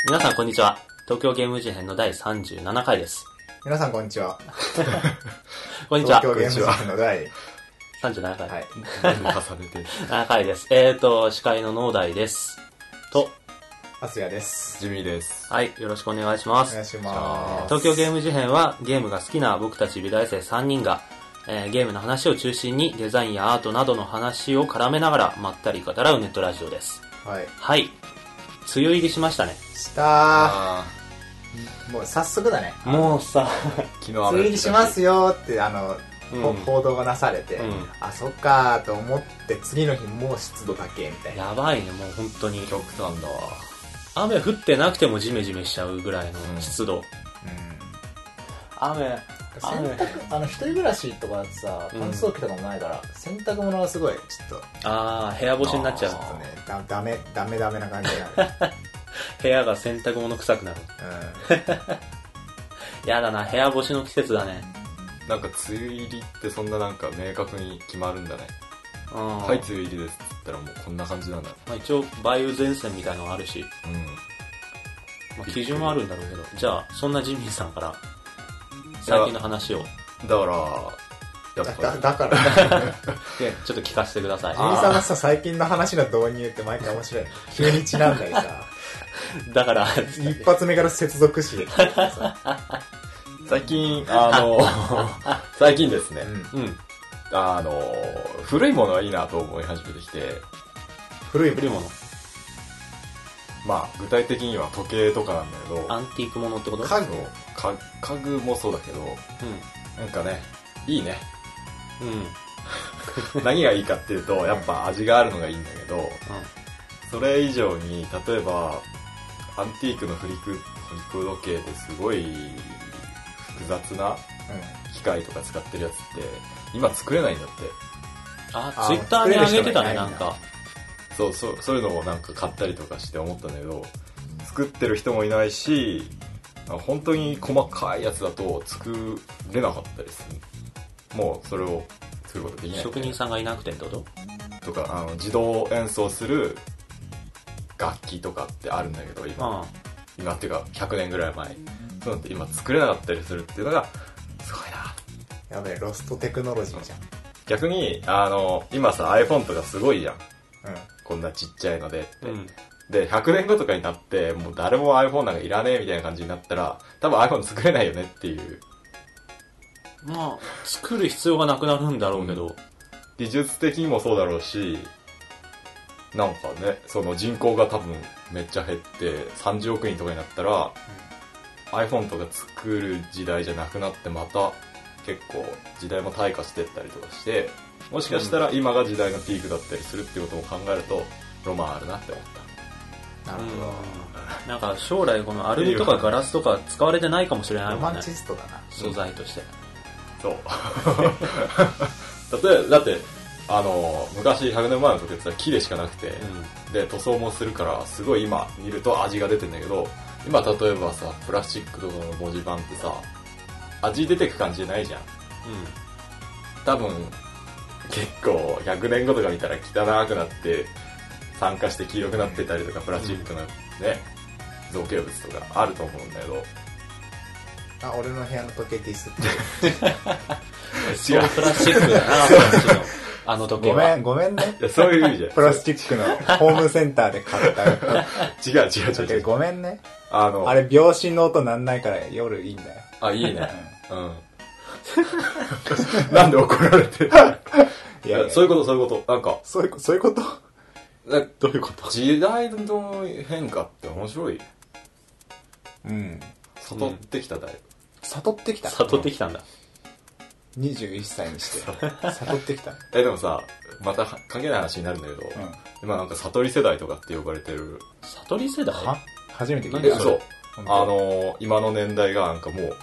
皆さんこんにちは。東京ゲーム事変の第37回です。 皆さんこんにちは。 こんにちは。 東京ゲーム事変の第 37回。 はい。 重ねて 7回です。司会の農大です。と、 アスヤです。 ジミーです。 はい、よろしくお願いします。 お願いします。 東京ゲーム事変はゲームが好きな僕たち美大生3人が、ゲームの話を中心にデザインやアートなどの話を絡めながらまったり語らうネットラジオです。 はい。 はい。梅雨入りしましたね。 したー。もう早速だね。 もうさ、 昨日梅雨入りしますよって報道がなされて、あ、そっかーと思って次の日もう湿度高えみたいな。 やばいね、もう本当に。 極端だわ。 雨降ってなくてもジメジメしちゃうぐらいの湿度。雨。 洗濯、一人暮らしとかだとさ、乾燥機とかもないから、洗濯物がすごい、ちょっと。 部屋干しになっちゃう。 ちょっとね、ダメな感じになる。 部屋が洗濯物臭くなる。やだな、部屋干しの季節だね。 なんか梅雨入りってそんななんか明確に決まるんだね。はい、梅雨入りですって言ったらもうこんな感じなんだ。 まあ、一応、梅雨前線みたいなのがあるし、まあ、基準はあるんだろうけど、じゃあ、そんなジミーさんから、最近の話を。 だから、やっぱだからで、ちょっと聞かせてください。 ジミーさんのさ、最近の話の導入って毎回面白い。急にちなんだりさ。 だから、 一発目から接続詞で聞いてさ。 最近、最近ですね、古いものはいいなと思い始めてきて。 古いもの。 まあ、具体的には時計とかなんだけど。 アンティークものってこと？ 家具もそうだけど、なんかね、いいね。何がいいかっていうと、やっぱ味があるのがいいんだけど、それ以上に、例えば、アンティークのフリック時計ですごい複雑な機械とか使ってるやつって、今作れないんだって。 ツイッターに上げてたね、なんか。 そういうのをなんか買ったりとかして思ったんだけど、作ってる人もいないし、本当に細かいやつだと作れなかったりする。もうそれを作ることできない。 職人さんがいなくてってこととか、自動演奏する楽器とかってあるんだけど、今っていうか100年ぐらい前。そういうのって今作れなかったりするっていうのが、すごいな。 やべえ、ロストテクノロジーじゃん。 逆に、今さ、iPhone とかすごいじゃん。こんなちっちゃいのでって。で、100年後とかになって、もう誰も iPhone なんかいらねえみたいな感じになったら、多分 iPhone 作れないよねっていう。 まあ、作る必要がなくなるんだろうけど。 技術的にもそうだろうし、なんかね、その人口が多分めっちゃ減って30億人とかになったら、iPhone とか作る時代じゃなくなってまた結構時代も退化してったりとかして、もしかしたら今が時代のピークだったりするっていうことも考えるとロマンあるなって思った。 なるほど。 なんか将来このアルミとかガラスとか使われてないかもしれないもんね。 ロマンチストだな。 素材として。 そう。だって昔100年前の時って木でしかなくて、で塗装もするからすごい今見ると味が出てんだけど、今例えばさプラスチックとかの文字盤ってさ味出てく感じじゃないじゃん。多分結構100年後とか見たら汚くなって酸化して黄色くなってたりとか、プラスチックのね造形物とかあると思うんだけど。 俺の部屋の時計ディスって違うプラスチックだな、時計は。 ごめんね。 そういう意味じゃん。 プラスチックのホームセンターで買った。 違う。 ごめんね。あれ、秒針の音なんないから夜いいんだよ。 いいね。なんで怒られてるいや、そういうこと。なんか。 そういうことどういうこと？時代の変化って面白い。悟ってきただよ。 悟ってきたんだ。21歳にして悟ってきた。 でもさ、また関係ない話になるんだけど、今なんか悟り世代とかって呼ばれてる。 悟り世代？ 初めて聞いた。 そう。今の年代がなんかもう、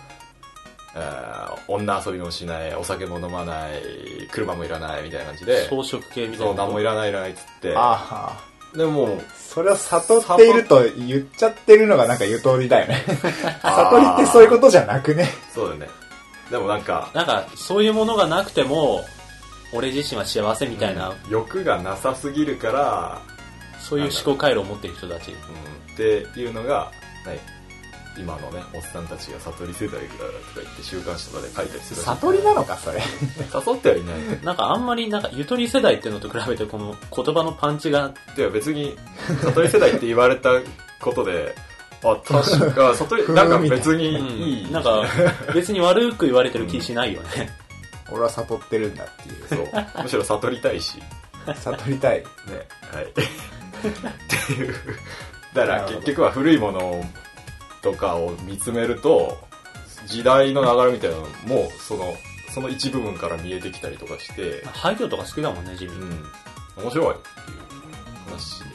女遊びもしない、お酒も飲まない、車もいらないみたいな感じで、 装飾系みたいな。 そう、何もいらないっつって。でも、 それを悟っていると言っちゃってるのがなんかゆとりだよね。悟りってそういうことじゃなくね。 そうだね。でもなんかそういうものがなくても、俺自身は幸せみたいな。 欲がなさすぎるから、 そういう思考回路を持っている人たち。 っていうのが、 今のね、おっさんたちが悟り世代だとか言って週刊誌とかで書いたりする。 悟りなのか、それ。 誘ってはいない。 なんかあんまりなんかゆとり世代っていうのと比べてこの言葉のパンチが。 いや別に、悟り世代って言われたことで、あ、確か、悟り、なんか別にいい。 なんか別に悪く言われてる気しないよね。 俺は悟ってるんだっていう。 そう。むしろ悟りたいし。 悟りたい。 ね。はい。っていう。だから結局は古いものとかを見つめると、時代の流れみたいなのも、その一部分から見えてきたりとかして。 廃墟とか好きだもんね、ジミー。 うん。面白いっていう話でした。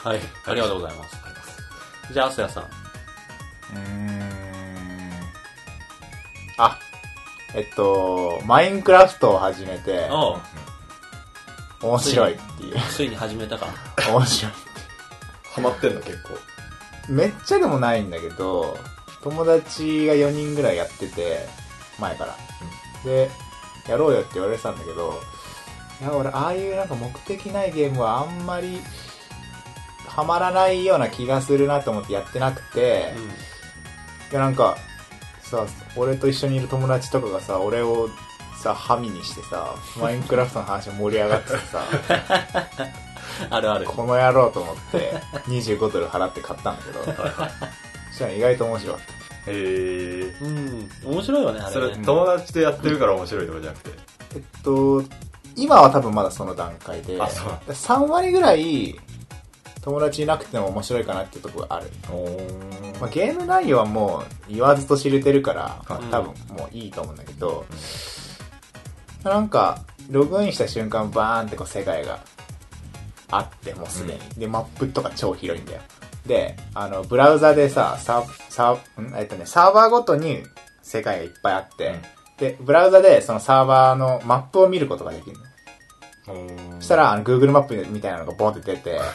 はい。ありがとうございます。じゃあ、アスヤさん。 マインクラフトを始めて、面白いっていう。 ついに始めたか。 面白い。 ハマってんの結構。 めっちゃでもないんだけど、友達が4人ぐらいやってて、前から。で、やろうよって言われてたんだけど、いや、俺、ああいうなんか目的ないゲームはあんまり、ハマらないような気がするなと思ってやってなくて、で、なんか、さ、俺と一緒にいる友達とかがさ、俺をさ、ハミにしてさ、マインクラフトの話盛り上がっててさ、 あるある。 この野郎と思って25ドル払って買ったんだけど、そしたら意外と面白かった。 面白いよね、あれね。 それ友達とやってるから面白いとかじゃなくて。 今は多分まだその段階で、 あ、そう。 3割ぐらい友達いなくても面白いかなっていうところがある。まあ、ゲーム内容はもう言わずと知れてるから、多分もういいと思うんだけど、なんか、ログインした瞬間バーンってこう世界があって、もうすでに。で、マップとか超広いんだよ。で、ブラウザでさ、サーバーごとに世界がいっぱいあって、で、ブラウザでそのサーバーのマップを見ることができるの。そしたら、Google マップみたいなのがボンって出て、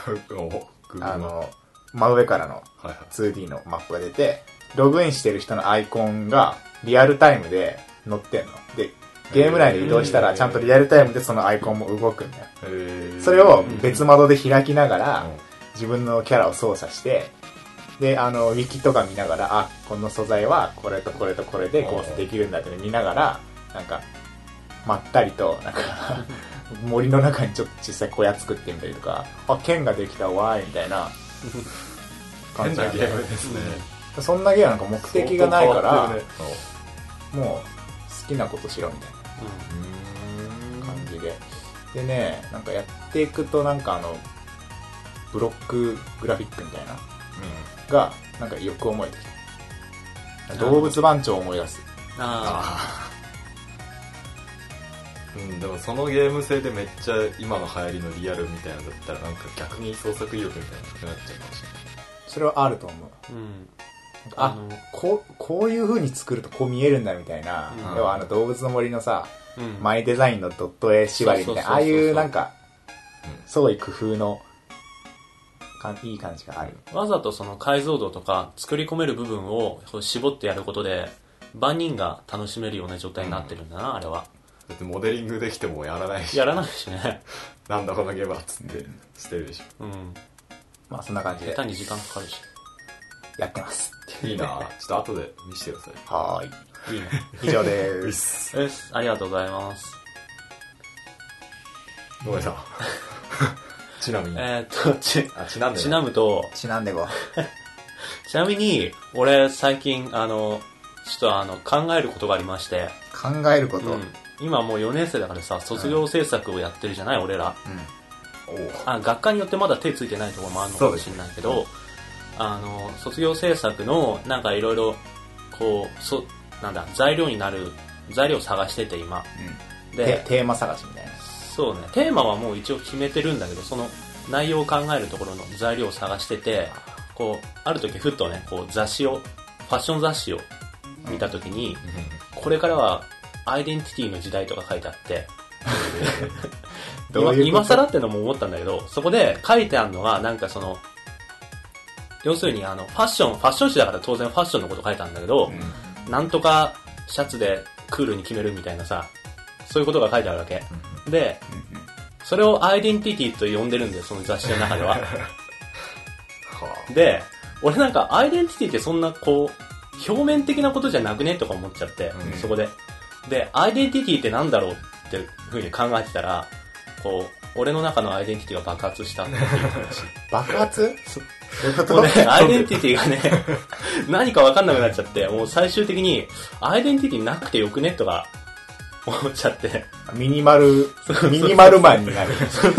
真上からの 2D のマップが出て、ログインしてる人のアイコンがリアルタイムで載ってんの。で、ゲーム内で移動したらちゃんとリアルタイムでそのアイコンも動くんだよ。それを別窓で開きながら、自分のキャラを操作して、で、ウィキとか見ながら、あ、この素材はこれとこれとこれで構成できるんだって見ながら、なんか、まったりと、なんか、森の中にちょっと小さい小屋作ってみたりとか、あ、剣ができたわーいみたいな感じなんで。 変なゲームですね。 そんなゲームなんか目的がないから、もう好きなことしろみたいな感じで。でね、なんかやっていくとなんかブロックグラフィックみたいな、が、なんかよく思えてきた。動物番長を思い出す。 でもそのゲーム性でめっちゃ今の流行りのリアルみたいなのだったらなんか逆に創作意欲みたいなのなくなっちゃうかもしれない。 それはあると思う。こういう風に作るとこう見えるんだみたいな。要は動物の森のさ、マイデザインのドット絵縛りみたいな、ああいうなんか、創意工夫のいい感じがある。 わざとその解像度とか作り込める部分を絞ってやることで、万人が楽しめるような状態になってるんだな、あれは。 だってモデリングできてもやらないし。 やらないしね。 なんだこのゲームはっつってしてるでしょ。 まあそんな感じで。 下手に時間かかるし。 やってます。 いいなぁ。ちょっと後で見せてください。 はーい。 いいね。 以上でーす。 ありがとうございます。 ごめんなさい。ちなみに。 ちなむと。 ちなんでこちなみに、俺最近、ちょっと考えることがありまして。 考えること、 今もう4年生だからさ、卒業制作をやってるじゃない、俺ら。学科によってまだ手ついてないところもあるのかもしれないけど、卒業制作のなんかいろいろこう材料になる材料を探してて今、 でテーマ探しみたいな。 そうね、テーマはもう一応決めてるんだけど、その内容を考えるところの材料を探してて、こうある時ふっとね、こうファッション雑誌を見た時に、これからはアイデンティティの時代とか書いてあって今更ってのも思ったんだけど、そこで書いてあるのがなんか要するにファッション誌だから当然ファッションのこと書いてあるんだけど、なんとかシャツでクールに決めるみたいなさ、そういうことが書いてあるわけ。で、それをアイデンティティと呼んでるんだよ、その雑誌の中では。で、 俺なんかアイデンティティってそんなこう、表面的なことじゃなくねとか思っちゃって、そこで。で、アイデンティティってなんだろうってふうに考えてたら、こう、俺の中のアイデンティティが爆発したっていう話。 爆発？ もうね、アイデンティティがね、何か分かんなくなっちゃって、もう最終的に、アイデンティティなくてよくねとか、思っちゃって。 ミニマルマンになる。 そう。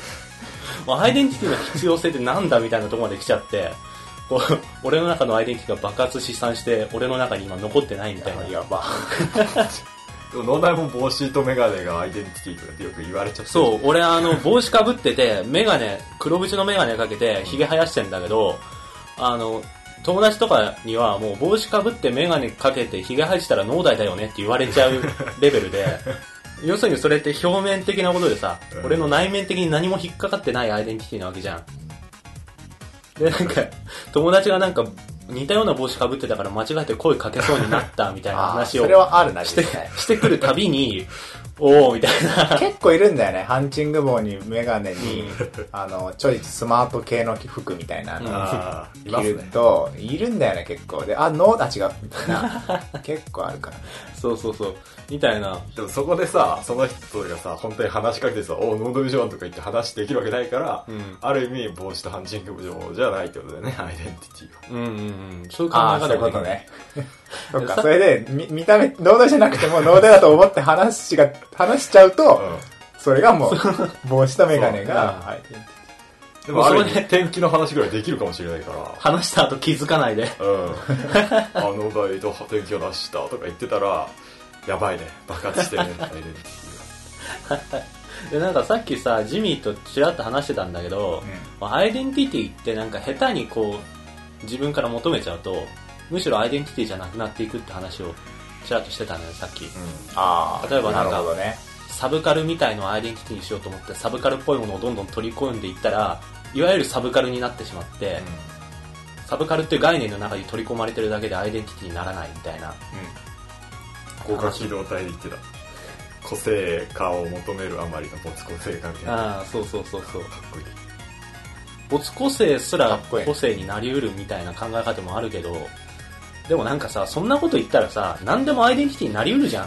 もうアイデンティティの必要性ってなんだみたいなところまで来ちゃって、こう、俺の中のアイデンティティが爆発試算して、俺の中に今残ってないみたいな。 やば。 でも、ノーダイも帽子とメガネがアイデンティティとかってよく言われちゃって。 そう、俺帽子かぶってて、メガネ、黒縁のメガネかけて、髭生やしてんだけど、友達とかにはもう帽子かぶってメガネかけて髭生やしたらノーダイだよねって言われちゃうレベルで、要するにそれって表面的なことでさ、俺の内面的に何も引っかかってないアイデンティティなわけじゃん。で、なんか、友達がなんか、似たような帽子かぶってたから間違えて声かけそうになったみたいな話をそれはあるなしてくるたびに、おーみたいな。 結構いるんだよね。ハンチング帽にメガネに、ちょいスマート系の服みたいなの着ると、いるんだよね、結構。で、違う。みたいな。結構あるから。 そう。みたいな。 でもそこでさ、その人がさ、本当に話しかけてさ、ノードビジョンとか言って話できるわけないから、ある意味帽子とハンチング帽じゃないってことだよね、アイデンティティは。 そういう考え方そういうことね。そっか、それで、見た目、ノードじゃなくてもノードだと思って話しちゃうと、それがもう、帽子とメガネが、 でもあれね、天気の話ぐらいできるかもしれないから。 話した後気づかないで。 ノーダイと天気を出したとか言ってたら、やばいね、爆発してるね、アイデンティティが。 で、なんかさっきさ、ジミーとちらっと話してたんだけど、アイデンティティってなんか下手にこう、自分から求めちゃうと、むしろアイデンティティじゃなくなっていくって話をちらっとしてたのよ、さっき。例えばなんか、サブカルみたいのをアイデンティティにしようと思って、サブカルっぽいものをどんどん取り込んでいったら、いわゆるサブカルになってしまって、サブカルっていう概念の中に取り込まれてるだけでアイデンティティにならないみたいな。 高架機動隊で言ってた。個性化を求めるあまりの没個性化みたいな。 そう。かっこいい。没個性すら個性になりうるみたいな考え方もあるけど、でもなんかさ、そんなこと言ったらさ、何でもアイデンティティになりうるじゃん。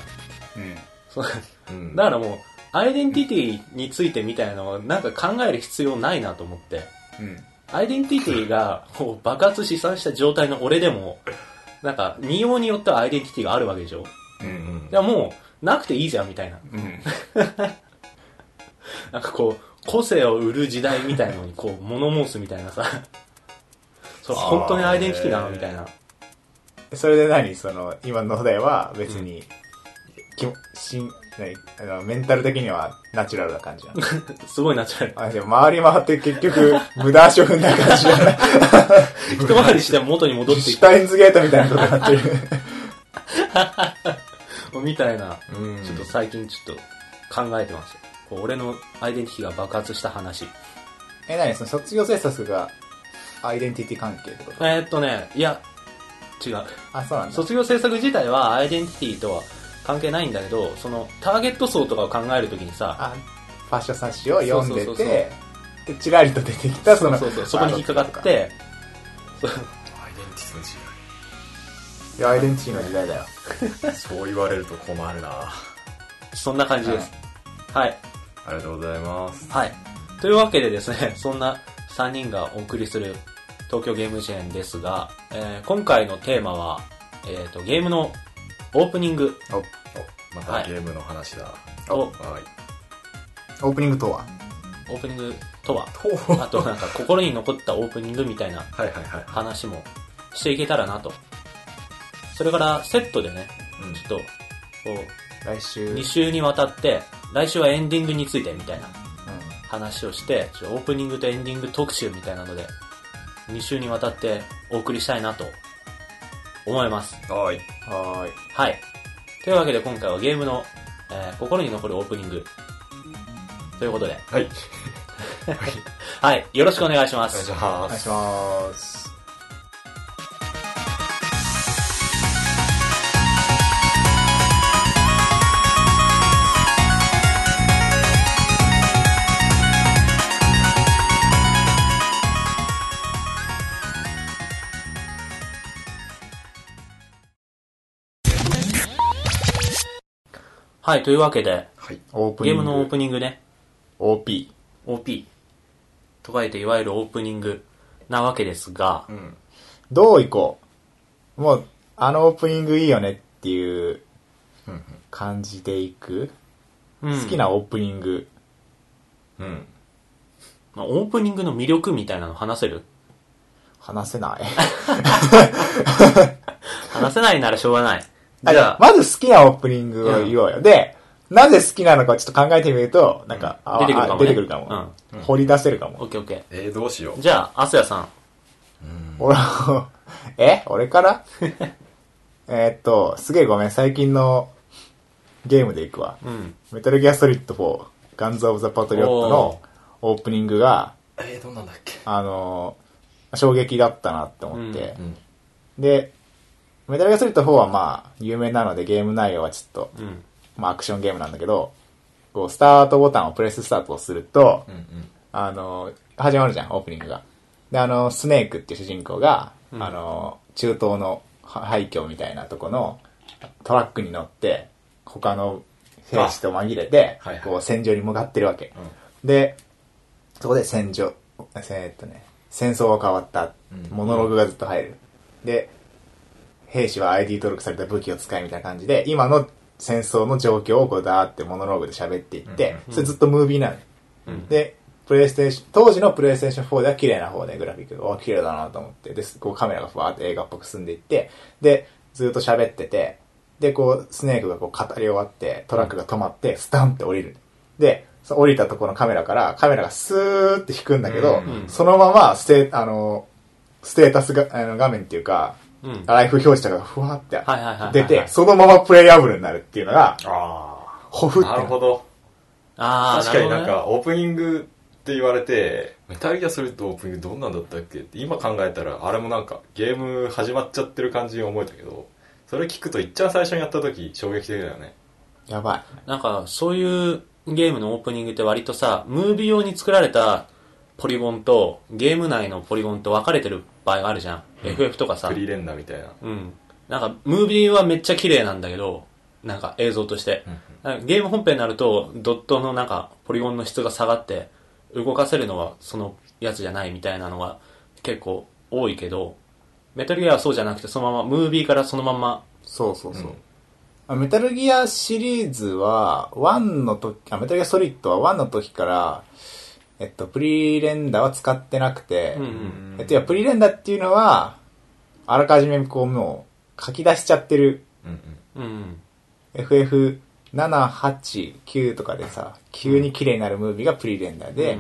だからもう、アイデンティティについてみたいなのをなんか考える必要ないなと思って。アイデンティティが爆発試算した状態の俺でも、なんか見ようによってはアイデンティティがあるわけでしょ。いやもう、なくていいじゃんみたいな。なんかこう、個性を売る時代みたいのにこう、物申すみたいなさ。そう、本当にアイデンティティなのみたいな。 それで今の題は別に、メンタル的にはナチュラルな感じなの。 すごいナチュラル。 でも回り回って結局、無駄足を踏んだ感じじゃない。 一回りして元に戻ってシュタインズゲートみたいなことになってる。 みたいな、ちょっと最近ちょっと考えてます。俺のアイデンティティが爆発した話。 何その卒業制作がアイデンティティ関係ってこと？ いや、違う。 そうなんだ。 卒業制作自体はアイデンティティとは関係ないんだけど、そのターゲット層とかを考えるときにさ、 ファッション冊子を読んでて、でちらりと出てきたそこに引っかかって、 アイデンティティの時代。 いや、アイデンティティの時代だよ。 そう言われると困るな。 そんな感じです。はい。 ありがとうございます。 はい。というわけでですね、そんな3人がお送りする東京ゲーム事変ですが、今回のテーマは、ゲームのオープニング。 またゲームの話だ。 オープニングとはオープニングとはあとなんか心に残ったオープニングみたいな話もしていけたらなと。それからセットでね、ちょっと、 来週 2週にわたって、来週はエンディングについてみたいな話をして、オープニングとエンディング特集みたいなので、2週にわたってお送りしたいなと思います。 はい。 というわけで今回はゲームの、心に残るオープニングということで。 はい。 はい。よろしくお願いします。 お願いします。 はい、というわけで、 はい。 ゲームのオープニングね。 OP。 OP。と書いて、いわゆるオープニングなわけですが、 どういこう。もう、あのオープニングいいよねっていう感じでいく、好きなオープニング。 まあ、オープニングの魅力みたいなの話せる？ 話せない。 話せないならしょうがない。 じゃあ、まず好きなオープニングを言おうよ。で、なぜ好きなのかちょっと考えてみると、なんか、 出てくるかも、ね。 出てくるかも。掘り出せるかも。 オッケーオッケー。どうしよう。じゃあ、アスヤさん。 俺からすげえごめん、最近のゲームでいくわ。メタルギアソリッド4、ガンズ・オブ・ザ・パトリオットのオープニングが、 どんなんだっけ？ 衝撃だったなって思って。で、メタルギアソリッド4はまあ、有名なのでゲーム内容はちょっと、まあアクションゲームなんだけど、こう、スタートボタンをプレススタートをすると、始まるじゃん、オープニングが。で、スネークっていう主人公が、中東の廃墟みたいなとこのトラックに乗って、他の兵士と紛れて、こう、戦場に向かってるわけ。で、そこで戦争が変わった、モノログがずっと入る。で、兵士は ID 登録された武器を使いみたいな感じで、今の戦争の状況をこうダーってモノローグで喋っていって、それずっとムービーなの。で、当時のプレイステーション4では綺麗な方でグラフィックが、綺麗だなと思って、で、こうカメラがふわーって映画っぽく進んでいって、で、ずっと喋ってて、で、こう、スネークがこう語り終わって、トラックが止まって、スタンって降りる。で、降りたところのカメラがスーって引くんだけど、そのままステータスが画面っていうか、ライフ表示とかがふわって出て、そのままプレイアブルになるっていうのが、ほふって。 なるほど。確かになんか、オープニングって言われて、メタルギアソリッドオープニングどんなんだったっけって今考えたら、あれもなんかゲーム始まっちゃってる感じに思えたけど、それ聞くといっちゃん最初にやった時衝撃的だよね。 やばい。 なんか、そういうゲームのオープニングって割とさ、ムービー用に作られたポリゴンとゲーム内のポリゴンと分かれてる場合があるじゃん。FF とかさ。 フリーレンダーみたいな。 なんか、ムービーはめっちゃ綺麗なんだけど、なんか映像として。ゲーム本編になると、ドットのなんか、ポリゴンの質が下がって、動かせるのはそのやつじゃないみたいなのが結構多いけど、メタルギアはそうじゃなくて、そのまま、ムービーからそのまま。 そう。メタルギアシリーズは、1の時、メタルギアソリッドは1の時から、プリレンダーは使ってなくて、プリレンダーっていうのは、あらかじめこうもう書き出しちゃってる、FF7、8、9とかでさ、急に綺麗になるムービーがプリレンダーで、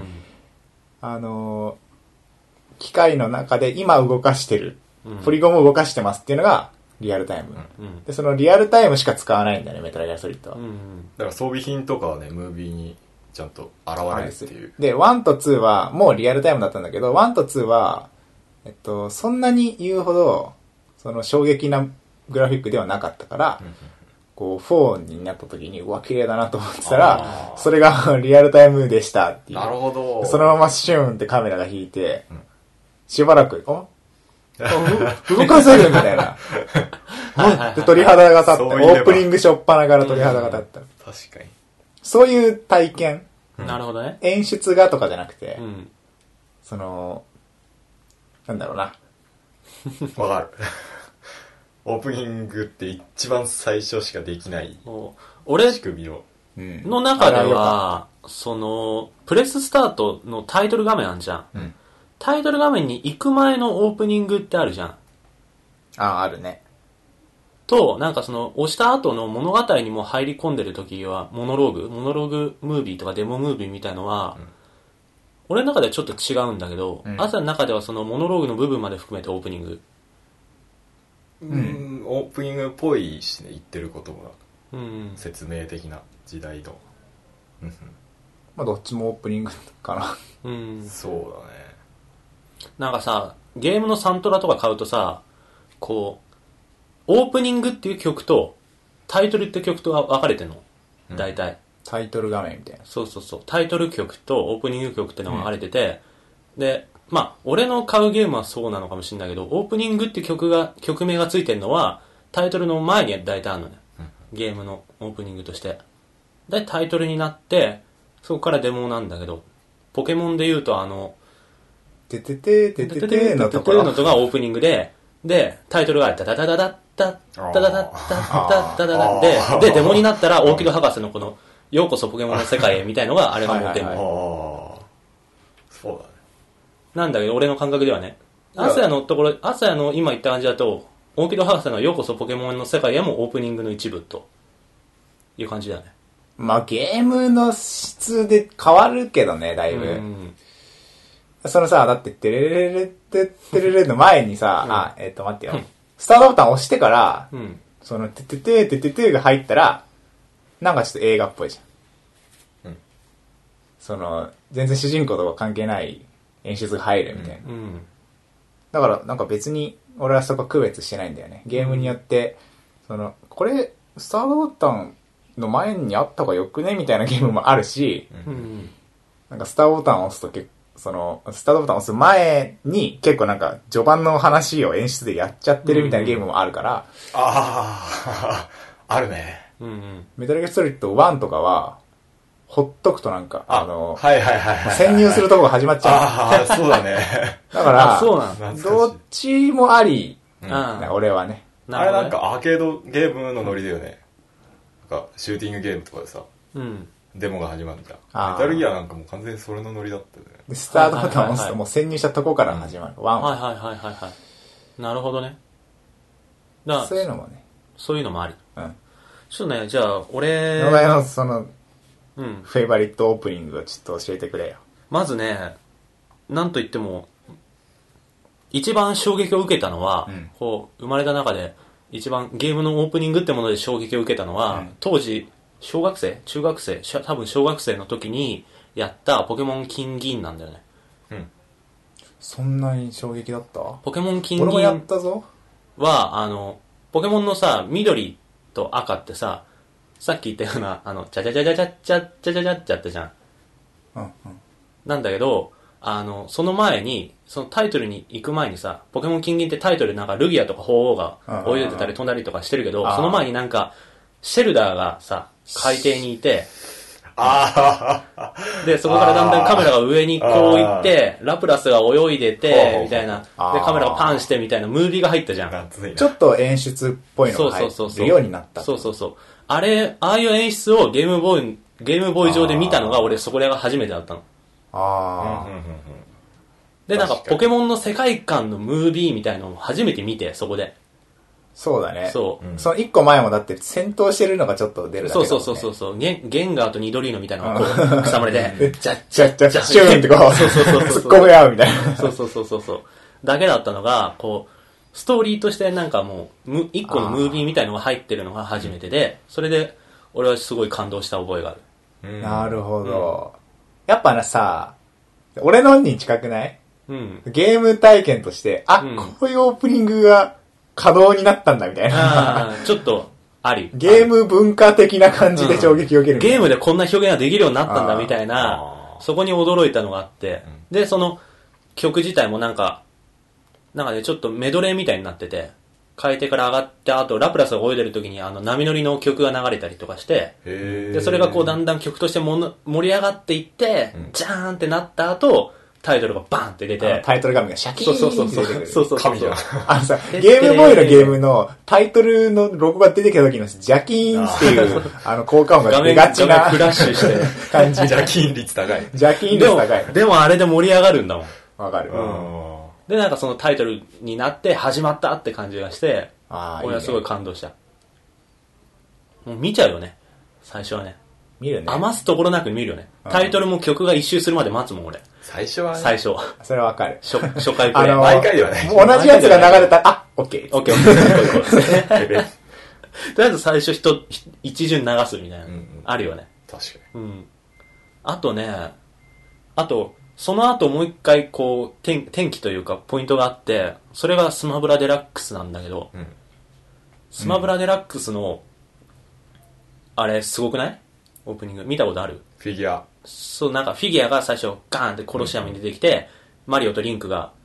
機械の中で今動かしてる、ポリゴンを動かしてますっていうのがリアルタイム。で、そのリアルタイムしか使わないんだよね、メタルギアソリッドは。 だから装備品とかはね、ムービーにちゃんと現れるっていう。 で、1と2はもうリアルタイムだったんだけど、1と2は、そんなに言うほど、その衝撃なグラフィックではなかったから、こう、4になった時に、うわ、綺麗だなと思ってたら、それがリアルタイムでしたっていう。 なるほど。 そのままシューンってカメラが引いて、しばらく、動かせるみたいな。で、鳥肌が立った。オープニングしょっぱなから鳥肌が立った。 確かに。 そういう体験。 なるほどね。 演出がとかじゃなくて、その、なんだろうな。 わかる。オープニングって一番最初しかできない仕組みを。 の中では、その、プレススタートのタイトル画面あるじゃん。タイトル画面に行く前のオープニングってあるじゃん。 あるね。 と、なんかその、押した後の物語にも入り込んでる時は、モノローグムービーとかデモムービーみたいのは、俺の中ではちょっと違うんだけど、朝の中ではそのモノローグの部分まで含めてオープニング。 オープニングっぽいしね、言ってることが。説明的な時代の。 まあどっちもオープニングかな。 そうだね。 なんかさ、ゲームのサントラとか買うとさ、こう、オープニングっていう曲と、タイトルって曲と分かれてんの。大体。 タイトル画面みたいな。 そう。タイトル曲とオープニング曲ってのが分かれてて、で、まあ、俺の買うゲームはそうなのかもしれないけど、オープニングって曲名がついてるのは、タイトルの前に大体あるのね。ゲームのオープニングとして。 で、タイトルになって、そこからデモなんだけど、ポケモンで言うとててててててのところのとがオープニングで、タイトルがダダダダダッダッダダダッダッダダダッで、デモになったら、大木戸博士のこの、ようこそポケモンの世界へみたいのが、あれがもうデモ。 そうだね。 なんだけど、俺の感覚ではね、アスヤの今言った感じだと、大木戸博士のようこそポケモンの世界へもオープニングの一部という感じだね。 まあゲームの質で変わるけどね、だいぶ。そのさ、だって、テレレレテテレレの前にさ、待ってよ。スタートボタン押してから、その、テテテテテテが入ったら、なんかちょっと映画っぽいじゃん。その、全然主人公とか関係ない演出が入るみたいな。だから、なんか別に、俺はそこ区別してないんだよね。ゲームによって、その、これ、スタートボタンの前にあった方がよくねみたいなゲームもあるし、なんかスタートボタンを押すとスタートボタンを押す前に結構なんか序盤の話を演出でやっちゃってるみたいなゲームもあるから、 あるね。 メタルギアソリッド1とかは、ほっとくとなんか、潜入するとこが始まっちゃう。 そうだね。 だから、 そうなんだ。 どっちもあり、俺はね。 あれなんかアーケードゲームのノリだよね。なんかシューティングゲームとかでさ、デモが始まるじゃん。メタルギアなんかもう完全にそれのノリだったよね。 でスタートボタンを押すともう潜入したとこから始まる。ワンはい。なるほどね。 そういうのもね。 そういうのもあり。 ちょっとね、じゃあ、俺のその、フェイバリットオープニングをちょっと教えてくれよ。 まずね、なんといっても、一番衝撃を受けたのは、こう、生まれた中で、一番ゲームのオープニングってもので衝撃を受けたのは、当時、小学生中学生多分小学生の時にやったポケモン金銀なんだよね。 そんなに衝撃だった？ ポケモン金銀俺もやったぞ。 は、ポケモンのさ、緑と赤ってさ、さっき言ったような、チャチャチャチャチャチャチャチャチャってやったじゃん。なんだけど、その前に、そのタイトルに行く前にさ、ポケモン金銀ってタイトルなんかルギアとか鳳凰が泳いでたり飛んだりとかしてるけど、その前になんか、シェルダーがさ、海底にいて、で、そこからだんだんカメラが上にこう行って、ラプラスが泳いでて、みたいな、で、カメラがパンしてみたいなムービーが入ったじゃん。 ちょっと演出っぽいのが入るようになった。 そう。ああいう演出をゲームボーイ上で見たのが俺そこが初めてだったの。で、なんかポケモンの世界観のムービーみたいのを初めて見て、そこで。 そうだね。その一個前もだって戦闘してるのがちょっと出るだけだもんね。 そう。ゲンガーとニドリーノみたいなのがこう、草むれで、 ジャッジャッジャッシューンってこう、突っ込むやみたいな。 そう。だけだったのが、こう、ストーリーとしてなんかもう、一個のムービーみたいのが入ってるのが初めてで、それで、俺はすごい感動した覚えがある。 なるほど。やっぱさ、俺のに近くない？ゲーム体験として、こういうオープニングが、稼働になったんだみたいな。 ちょっと、あり。 ゲーム文化的な感じで衝撃を受ける。 ゲームでこんな表現ができるようになったんだみたいな、そこに驚いたのがあって、で、その曲自体もなんかね、ちょっとメドレーみたいになってて、海底から上がって、あとラプラスが泳いでる時に波乗りの曲が流れたりとかして、で、それがこうだんだん曲として盛り上がっていって、ジャーンってなった後、タイトルがバンって出て。 タイトル画面がシャキーンって出てくる。 そう。 神じゃん。 ゲームボーイのゲームのタイトルのロゴが出てきた時のジャキーンっていう、効果音が出がちな。 フラッシュして感じ。 ジャキーン率高い。 ジャキーン率高い。 でもあれで盛り上がるんだもん。 わかる。 で、なんかそのタイトルになって始まったって感じがして、俺はすごい感動した。もう見ちゃうよね。最初はね。 見るね。 余すところなく見るよね。タイトルも曲が一周するまで待つもん、俺。 最初はね。 最初。 それはわかる。 初回プレイ。 毎回ではね。 同じやつが流れたら、オッケー。 オッケー。とりあえず最初一巡流すみたいな。あるよね。 確かに。 あとね、その後もう一回こう、転機というかポイントがあって、それがスマブラデラックスなんだけど、スマブラデラックスの、あれすごくない？オープニング見たことある？ フィギュア。 そう、なんかフィギュアが最初ガーンってコロシアムに出てきて、マリオとリンクが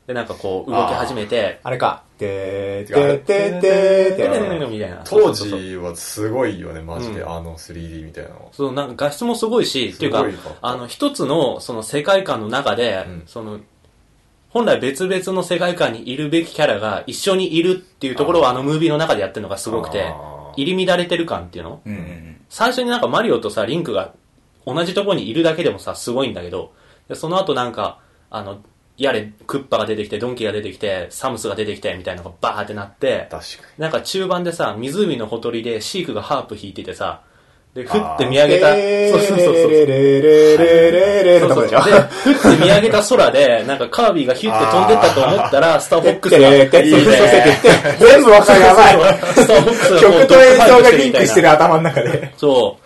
で、なんかこう、動き始めて、 あれか。てーてーてーてーてーみたいな。 当時はすごいよね、マジで。3D みたいなの。 そう、なんか画質もすごいし、っていうか、一つのその世界観の中で、その、本来別々の世界観にいるべきキャラが一緒にいるっていうところをムービーの中でやってるのがすごくて、入り乱れてる感っていうの、最初になんかマリオとさ、リンクが同じところにいるだけでもさ、すごいんだけど、その後なんか、やれ、クッパが出てきて、ドンキが出てきて、サムスが出てきて、みたいなのがバーってなって、 確かに。 なんか中盤でさ、湖のほとりでシークがハープ弾いててさ、で、ふって見上げた、そうそうそうそう。で、ふって見上げた空で、なんかカービィがヒュって飛んでったと思ったら、スターフォックスが。 全部わかる、やばい。 スターフォックスが曲と演奏がリンクしてる頭の中で。 そう。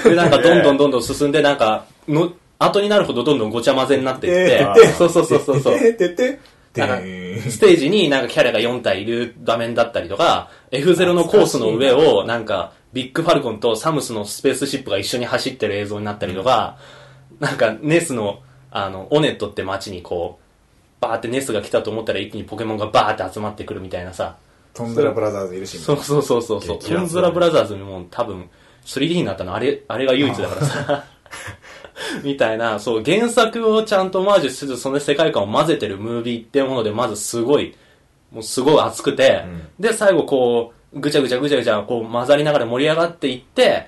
で、なんかどんどん進んで、なんか、後になるほどどんどんごちゃ混ぜになっていって、そう。なんか、ステージになんかキャラが4体いる画面だったりとか、F0 のコースの上をなんか、ビッグファルコンとサムスのスペースシップが一緒に走ってる映像になったりとか、なんかネスの、オネットって街にこう、バーってネスが来たと思ったら一気にポケモンがバーって集まってくるみたいなさ。 トンズラブラザーズいるし。 そう。トンズラブラザーズにも多分 3D になったのあれが唯一だからさ。みたいな、そう、原作をちゃんとオマージュする、その世界観を混ぜてるムービーっていうもので、まずすごい熱くて、で、最後こう、ぐちゃぐちゃこう混ざりながら盛り上がっていって、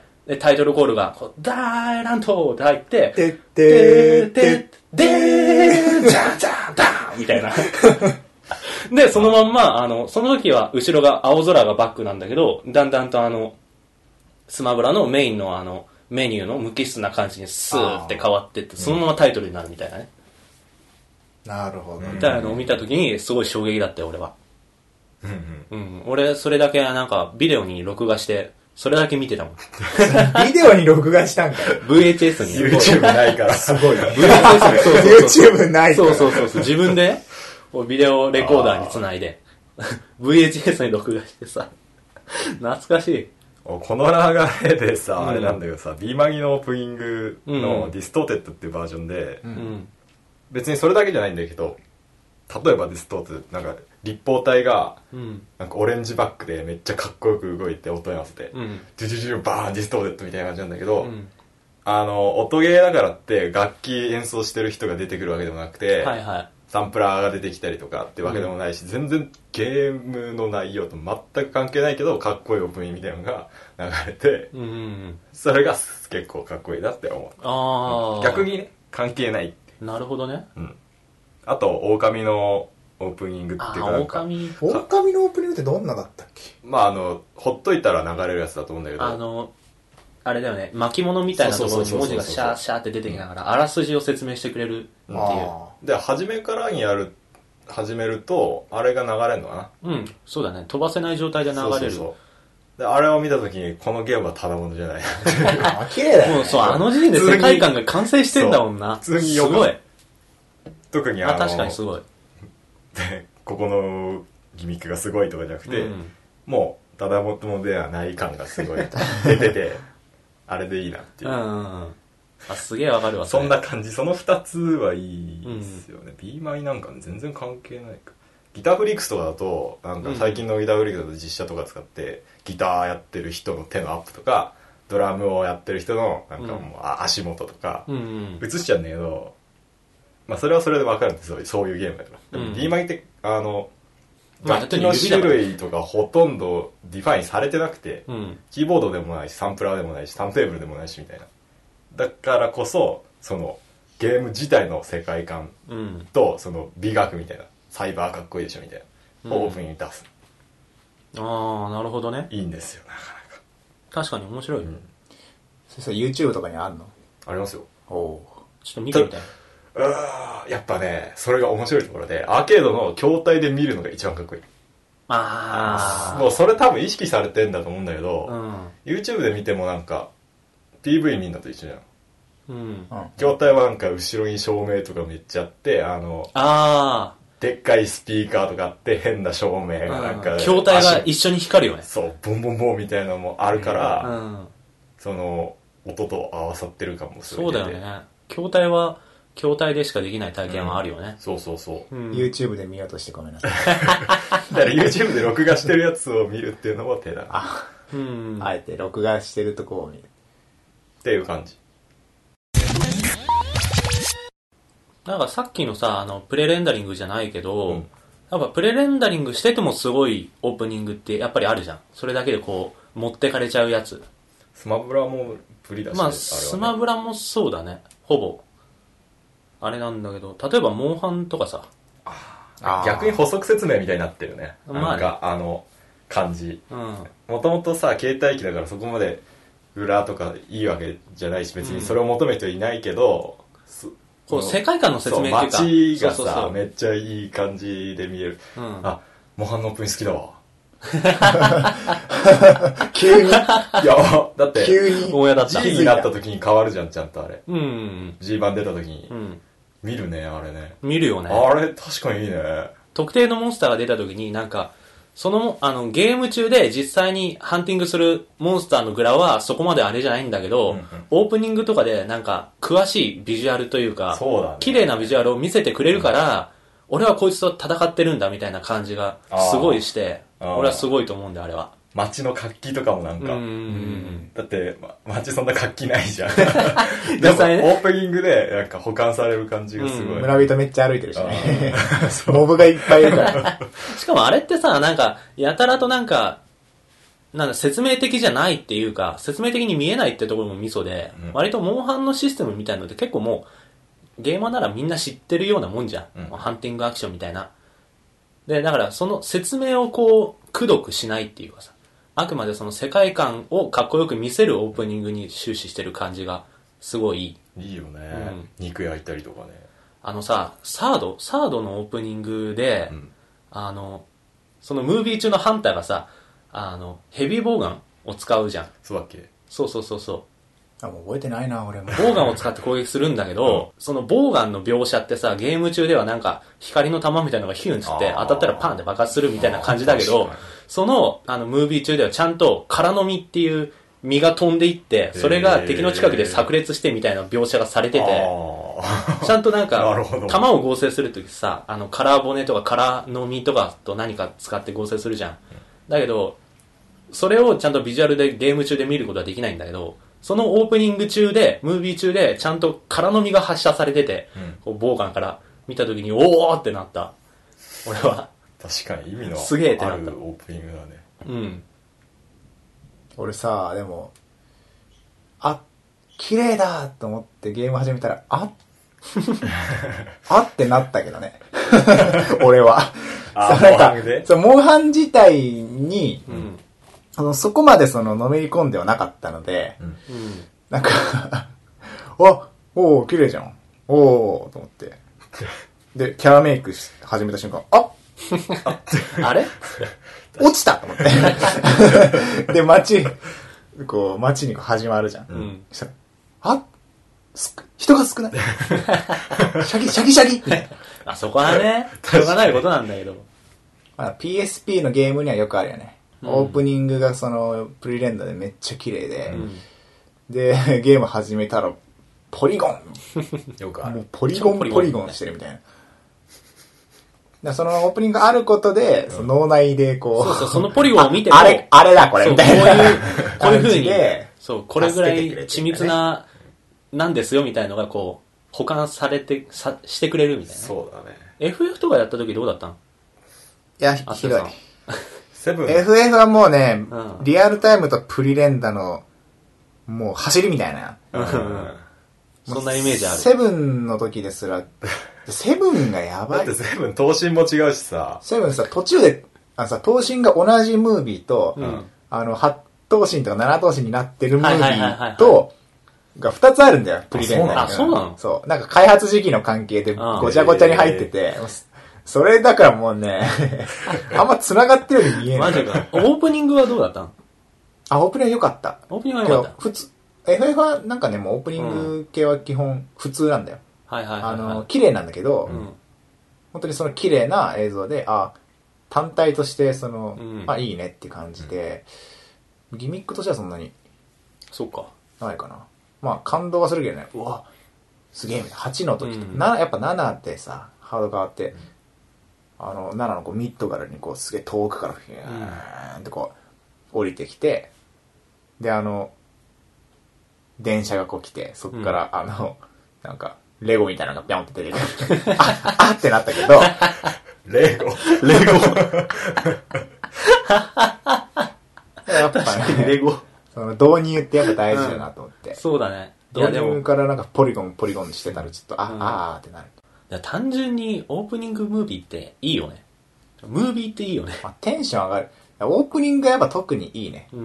で、タイトルコールが、こう、ダーラントって入って、でーじゃんじゃんダーンみたいな。で、そのまんま、その時は後ろが青空がバックなんだけど、だんだんとスマブラのメインのメニューの無機質な感じにスーって変わってって、そのままタイトルになるみたいなね。 なるほど。 みたいなのを見たときに、すごい衝撃だったよ、俺は。俺、それだけなんか、ビデオに録画して、それだけ見てたもん。 ビデオに録画したんかい ?VHS に。 YouTube ないから。 すごいね。 YouTube ないから。 そう。自分で、ビデオレコーダーにつないで、VHS に録画してさ、懐かしい。 この流れでさ、あれなんだけどさ、B マギのオープニングのディストーテッドっていうバージョンで、別にそれだけじゃないんだけど、例えばディストーテッド、なんか立方体が、なんかオレンジバックでめっちゃかっこよく動いて音に合わせて、ジュジュジュバーンディストーテッドみたいな感じなんだけど、音ゲーだからって楽器演奏してる人が出てくるわけでもなくて、サンプラーが出てきたりとかってわけでもないし、全然ゲームの内容と全く関係ないけどかっこいいオープニングみたいなのが流れて、それが結構かっこいいなって思う。逆にね、関係ない。 なるほどね。 あと、狼のオープニングっていうかなんか、 狼のオープニングってどんなだったっけ？ まあほっといたら流れるやつだと思うんだけど、 あれだよね、巻物みたいなところに文字がシャーシャーって出てきながら、あらすじを説明してくれるっていう。 で、初めから始めると、あれが流れるのかな？そうだね。飛ばせない状態で流れる。 で、あれを見たときに、このゲームはただものじゃない。 綺麗だよね。 もうそう、あの時点で世界観が完成してんだもんな。 普通にすごい。 特に確かにすごい。 で、ここのギミックがすごいとかじゃなくて、もう、ただものではない感がすごい出てて、あれでいいなっていう。 すげえわかるわ。 そんな感じ。その2つはいいですよね。B マイなんか全然関係ないか。ギターフリックスとかだと、なんか最近のギターフリックスだと実写とか使って、ギターやってる人の手のアップとか、ドラムをやってる人のなんかもう足元とか、映しちゃうんだけど、まあそれはそれでわかるんですよ。そういうゲームだから。でも B マイって、楽器の種類とかほとんどディファインされてなくて、キーボードでもないし、サンプラーでもないし、ターンテーブルでもないしみたいな。だからこそ、そのゲーム自体の世界観と、その美学みたいな、サイバーかっこいいでしょみたいな、オープンに出す。 なるほどね。 いいんですよ、なかなか。 確かに面白い。 それ YouTube とかにあんの？ ありますよ。 ちょっと見てみたい。 やっぱね、それが面白いところで、アーケードの筐体で見るのが一番かっこいい。もうそれ多分意識されてんだと思うんだけど、YouTube で見てもなんか、PV 見んのと一緒じゃん。筐体はなんか後ろに照明とかめっちゃあって、でっかいスピーカーとかあって変な照明がなんか、 筐体が一緒に光るよね。 そう、ボンボンボンみたいなのもあるからその、音と合わさってるかもしれない。 そうだよね。筐体は筐体でしかできない体験はあるよね。 そうそうそう。 YouTube で見ようとしてごめんなさい。 だから YouTube で録画してるやつを見るっていうのも手だ。 あえて録画してるとこを見る。 っていう感じ。 なんかさっきのさ、プレレンダリングじゃないけど、やっぱプレレンダリングしててもすごいオープニングってやっぱりあるじゃん。それだけでこう、持ってかれちゃうやつ。 スマブラもプリだし、 まあ、スマブラもそうだね。ほぼ。あれなんだけど、例えばモンハンとかさ。 逆に補足説明みたいになってるね。 まあね、 なんか感じ。もともとさ、携帯機だからそこまで裏とかいいわけじゃないし、別にそれを求めてはいないけど、 こう世界観の説明っていうか、 街がさめっちゃいい感じで見える。あ、モンハンのオープニング好きだわ。 急にいや、 だって、 急に G になった時に変わるじゃん、ちゃんとあれ。G 版出た時に。見るね、あれね。 見るよね。 あれ、確かにいいね。 特定のモンスターが出た時になんか、その、ゲーム中で実際にハンティングするモンスターのグラはそこまであれじゃないんだけど、オープニングとかでなんか、詳しいビジュアルというか、綺麗なビジュアルを見せてくれるから、俺はこいつと戦ってるんだみたいな感じがすごいして、俺はすごいと思うんで、あれは。 街の活気とかもなんか、だって、街そんな活気ないじゃん。でも、オープニングでなんか保管される感じがすごい。 村人めっちゃ歩いてるしね。モブがいっぱいいるから。 しかもあれってさ、なんか、やたらとなんか説明的じゃないっていうか、説明的に見えないってところもミソで、割とモンハンのシステムみたいのって結構もう、ゲーマーならみんな知ってるようなもんじゃん。ハンティングアクションみたいな。で、だからその説明をこう、くどくしないっていうかさ、あくまでその世界観をかっこよく見せるオープニングに終始してる感じがすごいいい。 いいよね。肉焼いたりとかね。 サードのオープニングで、そのムービー中のハンターがさ、ヘビーボウガンを使うじゃん。 そうだっけ？ そう。 もう覚えてないな、俺も。 ボウガンを使って攻撃するんだけど、そのボウガンの描写ってさ、ゲーム中ではなんか、光の玉みたいなのがヒュンつって、当たったらパンって爆発するみたいな感じだけど、その、ムービー中ではちゃんと、空の実っていう実が飛んでいって、それが敵の近くで炸裂してみたいな描写がされてて、ちゃんとなんか、弾を合成するときさ、カラー骨とかカラーの実とかと何か使って合成するじゃん。だけど、それをちゃんとビジュアルでゲーム中で見ることはできないんだけど、そのオープニング中で、ムービー中で、ちゃんと空の実が発射されてて、こうボウガンから見たときに、おーってなった。俺は。 確かに意味のすげーってなった。 あるオープニングだね。 俺さ、でも、綺麗だと思ってゲーム始めたら、ってなったけどね。俺は。モンハン自体に、そこまでのめり込んではなかったので、なんかおー、綺麗じゃん。おー、と思って。で、キャラメイク始めた瞬間、 あれ落ちたと思って。で、街に始まるじゃん。そしたら、人が少ない。シャキあそこはね、しょうがないことなんだけど。 PSP のゲームにはよくあるよね。オープニングがプリレンダーでめっちゃ綺麗で、で、ゲーム始めたら、ポリゴンよくある。 もうポリゴンしてるみたいな。そのオープニングがあることで、脳内でこう。 そう、そのポリゴンを見ても。 あれだこれみたいな。 こういう風に。そう、これぐらい緻密な、なんですよみたいのがこう、保管されて、してくれるみたいな。 そうだね。 FF とかやった時どうだったん？ いや、ひどい。 FF はもうね、リアルタイムとプリレンダの、もう走りみたいな。 そんなイメージある。 セブンの時ですら、セブンがやばい。 だってセブン頭身も違うしさ。 セブンさ、途中で、頭身が同じムービーと、8頭身とか7頭身になってるムービーと、が2つあるんだよ、プリレンダー。 あ、そうなの？ そう。なんか開発時期の関係でごちゃごちゃに入ってて、それだからもうね、あんま繋がってるように見えない。 マジか。オープニングはどうだったん？ オープニングは良かった。 オープニングは良かった。 普通、FF はなんかね、もうオープニング系は基本普通なんだよ。綺麗なんだけど、本当にその綺麗な映像で、単体としていいねっていう感じで、ギミックとしてはそんなに。 そうか。 ないかな。まあ感動はするけどね、うわ、 すげえみたいな。8の時とか、やっぱ7ってさ、ハード変わって、7のこうミッドからにこうすげえ遠くからフィーンってこう降りてきて、で電車がこう来て、そっからなんかレゴみたいなのがピョンって出てくる。あってなったけど、 レゴやっぱね、 レゴ。 その導入ってやっぱ大事だなと思って。 そうだね。 導入からなんかポリゴンしてたらちょっと、あーってなる。 単純にオープニングムービーっていいよね。ムービーっていいよね。 テンション上がる。オープニングがやっぱ特にいいね。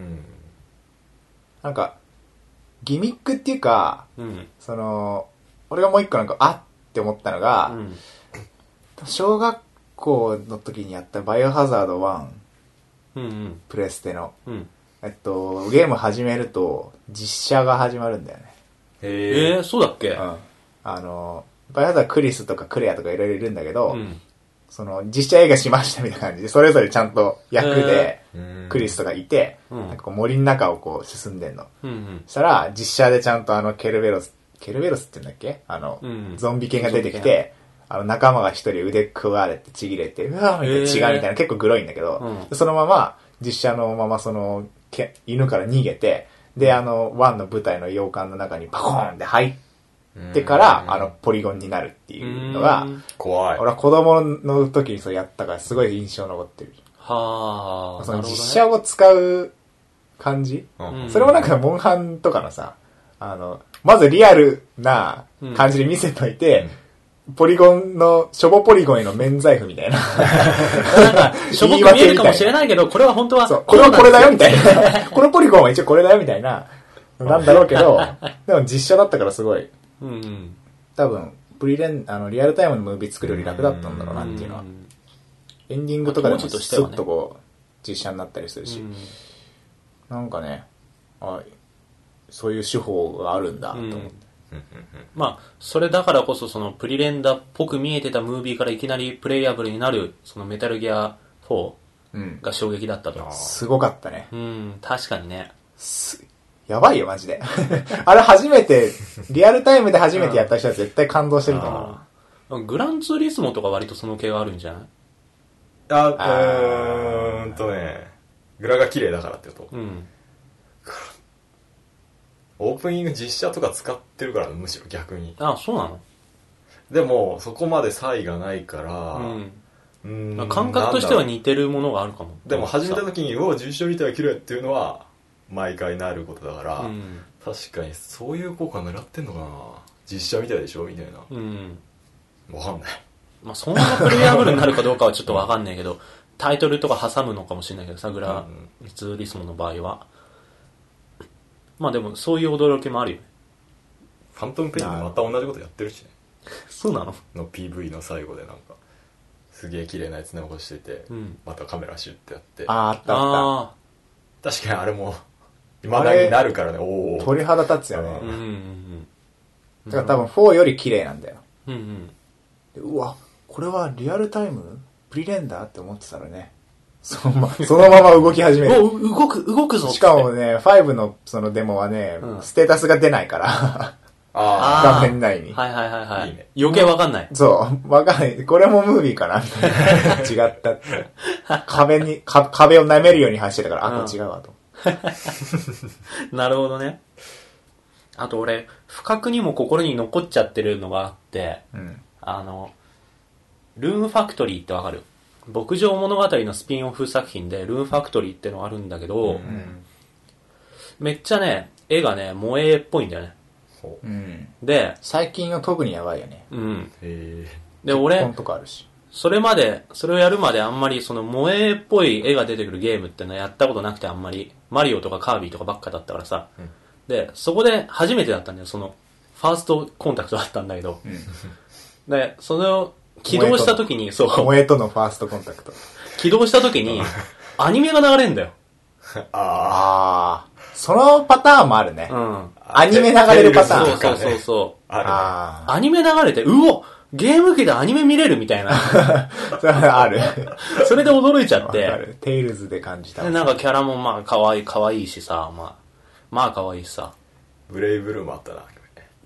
なんか、ギミックっていうか、俺がもう一個なんか、あって思ったのが、小学校の時にやったバイオハザード1、プレステの、ゲーム始めると実写が始まるんだよね。 そうだっけ？ バイオハザードクリスとかクレアとかいろいろいるんだけど、その実写映画しましたみたいな感じで、それぞれちゃんと役でクリスとかいて、なんかこう森の中をこう進んでんの。そしたら実写でちゃんとケルベロスって言うんだっけ？ゾンビ犬が出てきて、仲間が一人腕食われてちぎれて、うわーみたいな血がみたいな結構グロいんだけど、そのまま実写のままその犬から逃げて、でワンの舞台の洋館の中にパコーンって入ってからポリゴンになるっていうのが怖い。 俺は子供の時にそうやったからすごい印象残ってる。 はあ。 その実写を使う感じ、それもなんかモンハンとかのさ、まずリアルな感じで見せといて、ポリゴンの、しょぼポリゴンへの免罪符みたいな。 なんか、しょぼく見えるかもしれないけど、これは本当は。 そう、これはこれだよみたいな。このポリゴンは一応これだよみたいな、なんだろうけど、でも実写だったからすごい、多分、リアルタイムのムービー作るより楽だったんだろうなっていうのは。エンディングとかでもスッとこう、実写になったりするし。なんかね、そういう手法があるんだと思って。 まあ、それだからこそ、そのプリレンダっぽく見えてたムービーからいきなりプレイヤブルになる、そのメタルギア4が衝撃だったと。 すごかったね。 確かにね。 やばいよ、マジで。あれ初めて、リアルタイムで初めてやった人は絶対感動してると思う。グランツーリスモとか割とその系があるんじゃない？ グラが綺麗だからってこと？オープニング実写とか使ってるからむしろ逆に。 そうなの？ でもそこまで差異がないから、 感覚としては似てるものがあるかも。 でも始めた時に実写みたい綺麗っていうのは毎回なることだから、確かにそういう効果狙ってんのかな。実写みたいでしょみたいな。わかんない。 まあそんなプレイヤブルになるかどうかはちょっとわかんないけど、タイトルとか挟むのかもしれないけどさ、グラツーリスモの場合は。まあでもそういう驚きもあるよね。 ファントムペインでまた同じことやってるしね。 そうなの？ の PV の最後でなんかすげえ綺麗なやつ残してて、またカメラシュッてやって。 あった確かにあれも今だになるからね。 鳥肌立つよね。だから多分4より綺麗なんだよ。うわ、これはリアルタイムプリレンダーって思ってたらね、そのまま動き始める。 動くぞ。 しかもね、5のそのデモはね、ステータスが出ないから。画面内に。 はい。いいね。余計わかんない。 そう、わかんない。これもムービーかなみたいな。違ったって。壁を舐めるように走ってたから、これ違うわと。 なるほどね。あと俺、不覚にも心に残っちゃってるのがあって、ルーンファクトリーってわかる？牧場物語のスピンオフ作品でルーンファクトリーってのがあるんだけど、めっちゃね、絵がね、萌えっぽいんだよね。で、 最近は特にやばいよね。 で、俺、それをやるまであんまりその萌えっぽい絵が出てくるゲームってのはやったことなくて、あんまりマリオとかカービィとかばっかだったからさ、で、そこで初めてだったんだよ、そのファーストコンタクトだったんだけど、で、それを起動した時に、 萌えとのファーストコンタクト。 起動した時に、アニメが流れるんだよ。 そのパターンもあるね。アニメ流れるパターン。 そう。アニメ流れて、ゲーム機でアニメ見れるみたいな。 それある。 それで驚いちゃって。 テイルズで感じた。 で、なんかキャラもまあ可愛いしさ、まあ可愛いしさ。 ブレイブルーもあったな。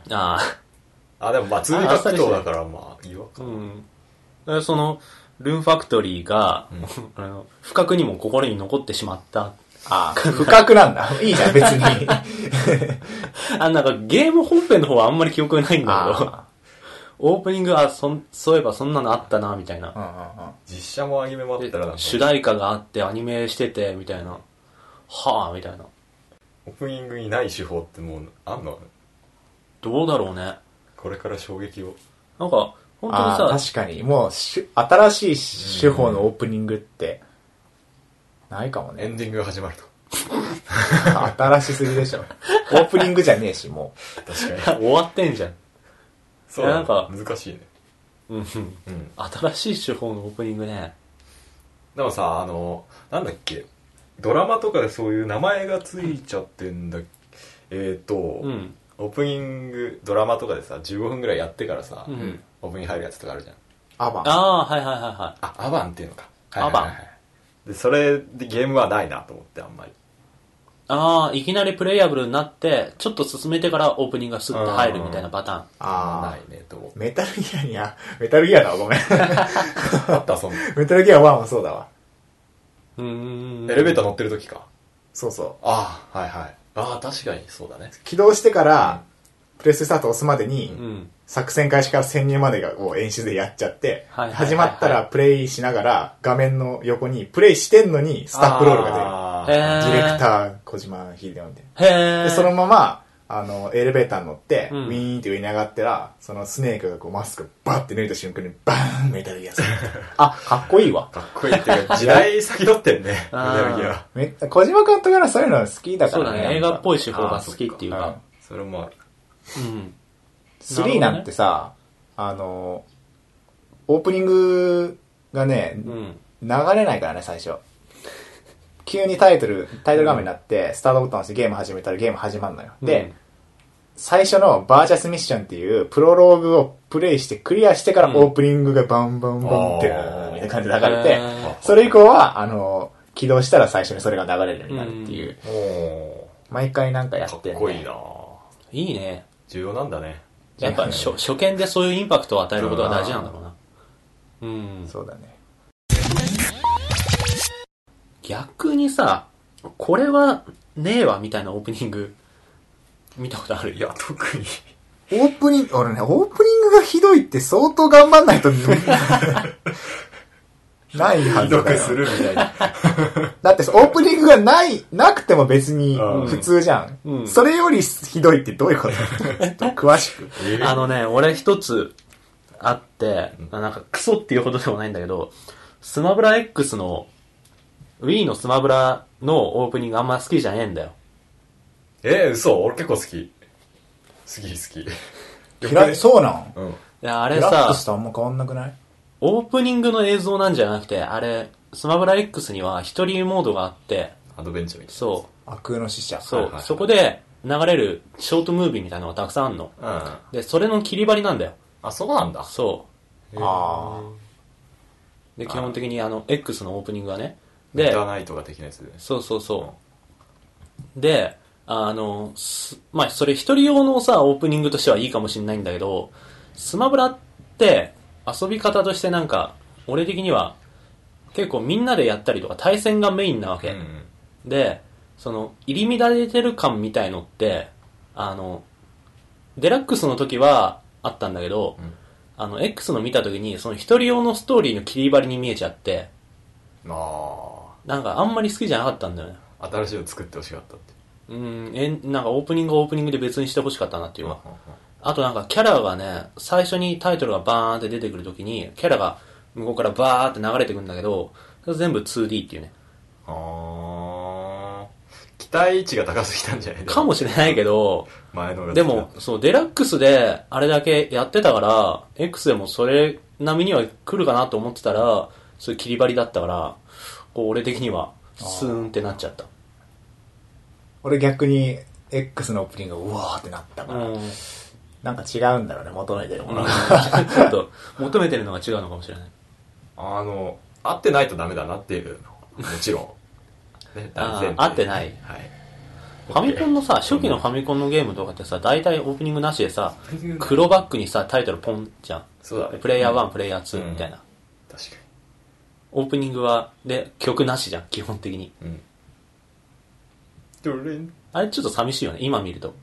でもまあ、通に格闘だから、まあ、いいわか。 その、ルーンファクトリーが、不覚にも心に残ってしまった。 不覚なんだ。いいじゃん、別に。 なんかゲーム本編の方はあんまり記憶ないんだけど、オープニングはそういえばそんなのあったな、みたいな。 実写もアニメもあったらなんか主題歌があってアニメしてて、みたいな。はぁ、みたいな。 オープニングにない手法ってもうあんの？ どうだろうね。 これから衝撃を。 なんか、本当にさ。 確かに、もう、新しい手法のオープニングって、ないかもね。 エンディングが始まると。 新しすぎでしょ。オープニングじゃねえし、もう。確かに。終わってんじゃん。 そうなんか難しいね。 新しい手法のオープニングね。 でもさ、なんだっけ、ドラマとかでそういう名前がついちゃってんだっけ、オープニング、ドラマとかでさ、15分くらいやってからさ、オープニング入るやつとかあるじゃん。 アバン。 はいはいはいはい。 アバンっていうのか。 アバン。 で、それでゲームはないなと思って、あんまり。 いきなりプレイヤブルになって、ちょっと進めてからオープニングがスッと入るみたいなパターン。 ないね、と思って。 メタルギアだわ、ごめん。 あった、そんな。 メタルギア1もそうだわ。 エレベーター乗ってる時か。 そうそう。 はいはい。確かにそうだね。 起動してから、プレステスタート押すまでに、作戦開始から潜入までを演出でやっちゃって、始まったらプレイしながら、画面の横に、プレイしてんのに、スタッフロールが出る。ディレクター、小島秀夫みたいな。で、そのまま、エレベーターに乗って、ウィーンって上に上がったら、そのスネークがこうマスクバッて脱いだ瞬間に、バーンメタルギアする。かっこいいわ。 かっこいいっていうか、時代先取ってんね、メタルギア。小島監督がそういうの好きだからね。 そうだね、映画っぽい手法が好きっていうか。 それもある。 3なんてさ、オープニングがね、流れないからね、最初。急にタイトル画面になって、スタートボタン押してゲーム始めたらゲーム始まるのよ。で、最初のバーチャスミッションっていうプロローグをプレイしてクリアしてからオープニングがバンバンバンってみたいな感じで流れて、それ以降は、起動したら最初にそれが流れるようになるっていう。毎回なんかやってんね。 かっこいいな。 いいね。 重要なんだね。 やっぱ初見でそういうインパクトを与えることが大事なんだろうな。 そうだね。 逆にさ、これはねえわみたいなオープニング見たことある？ いや、特に。 俺ね、オープニングがひどいって相当頑張んないとないはずだよ。 ひどくするみたいな。 だってオープニングがなくても別に普通じゃん。それよりひどいってどういうこと？詳しく。 俺一つあって、なんかクソっていうほどでもないんだけど、スマブラ X のWii のスマブラのオープニングあんま好きじゃねえんだよ。 嘘？俺結構好き。好き。 そうなん？ いや、あれさ、ラックさ、 スとあんま変わんなくない？ オープニングの映像なんじゃなくて、あれ、スマブラ X には一人モードがあって、 アドベンチャーみたいな。 そう。 悪空の使者。 そう、そこで流れるショートムービーみたいなのがたくさんあるの。で、それの切り張りなんだよ。 そうなんだ。 そう。で、基本的にX のオープニングはね。で、 ミッドナイトが的なやつで。 そう。で、まあ、それ一人用のさ、オープニングとしてはいいかもしれないんだけど、スマブラって遊び方としてなんか、俺的には結構みんなでやったりとか対戦がメインなわけ。で、その、入り乱れてる感みたいのって、デラックスの時はあったんだけど、X の見た時に、その一人用のストーリーの切り張りに見えちゃって、なんかあんまり好きじゃなかったんだよね。 新しいの作ってほしかったって。 なんかオープニングで別にしてほしかったなっていうか。あとなんかキャラがね、最初にタイトルがバーンって出てくるときに、キャラが向こうからバーって流れてくるんだけど、それ全部 2D っていうね。 期待値が高すぎたんじゃないかもしれないけど、 前のがでも、そう、デラックスであれだけやってたから、X でもそれ並みには来るかなと思ってたら、そういう切り張りだったから、こう俺的にはスーンってなっちゃった。 俺逆に X のオープニングがうわーってなったから、なんか違うんだろうね、求めてるものが。 ちょっと求めてるのが違うのかもしれない。 合ってないとダメだなっていうのもちろん、ね、 合ってない。 はい。 ファミコンのさ、初期のファミコンのゲームとかってさ、大体オープニングなしでさ、黒バックにさ、タイトルポンじゃん。 そうだね。 プレイヤー1、プレイヤー2みたいな。 確かに。 オープニングは、で、曲なしじゃん、基本的に。あれちょっと寂しいよね、今見ると。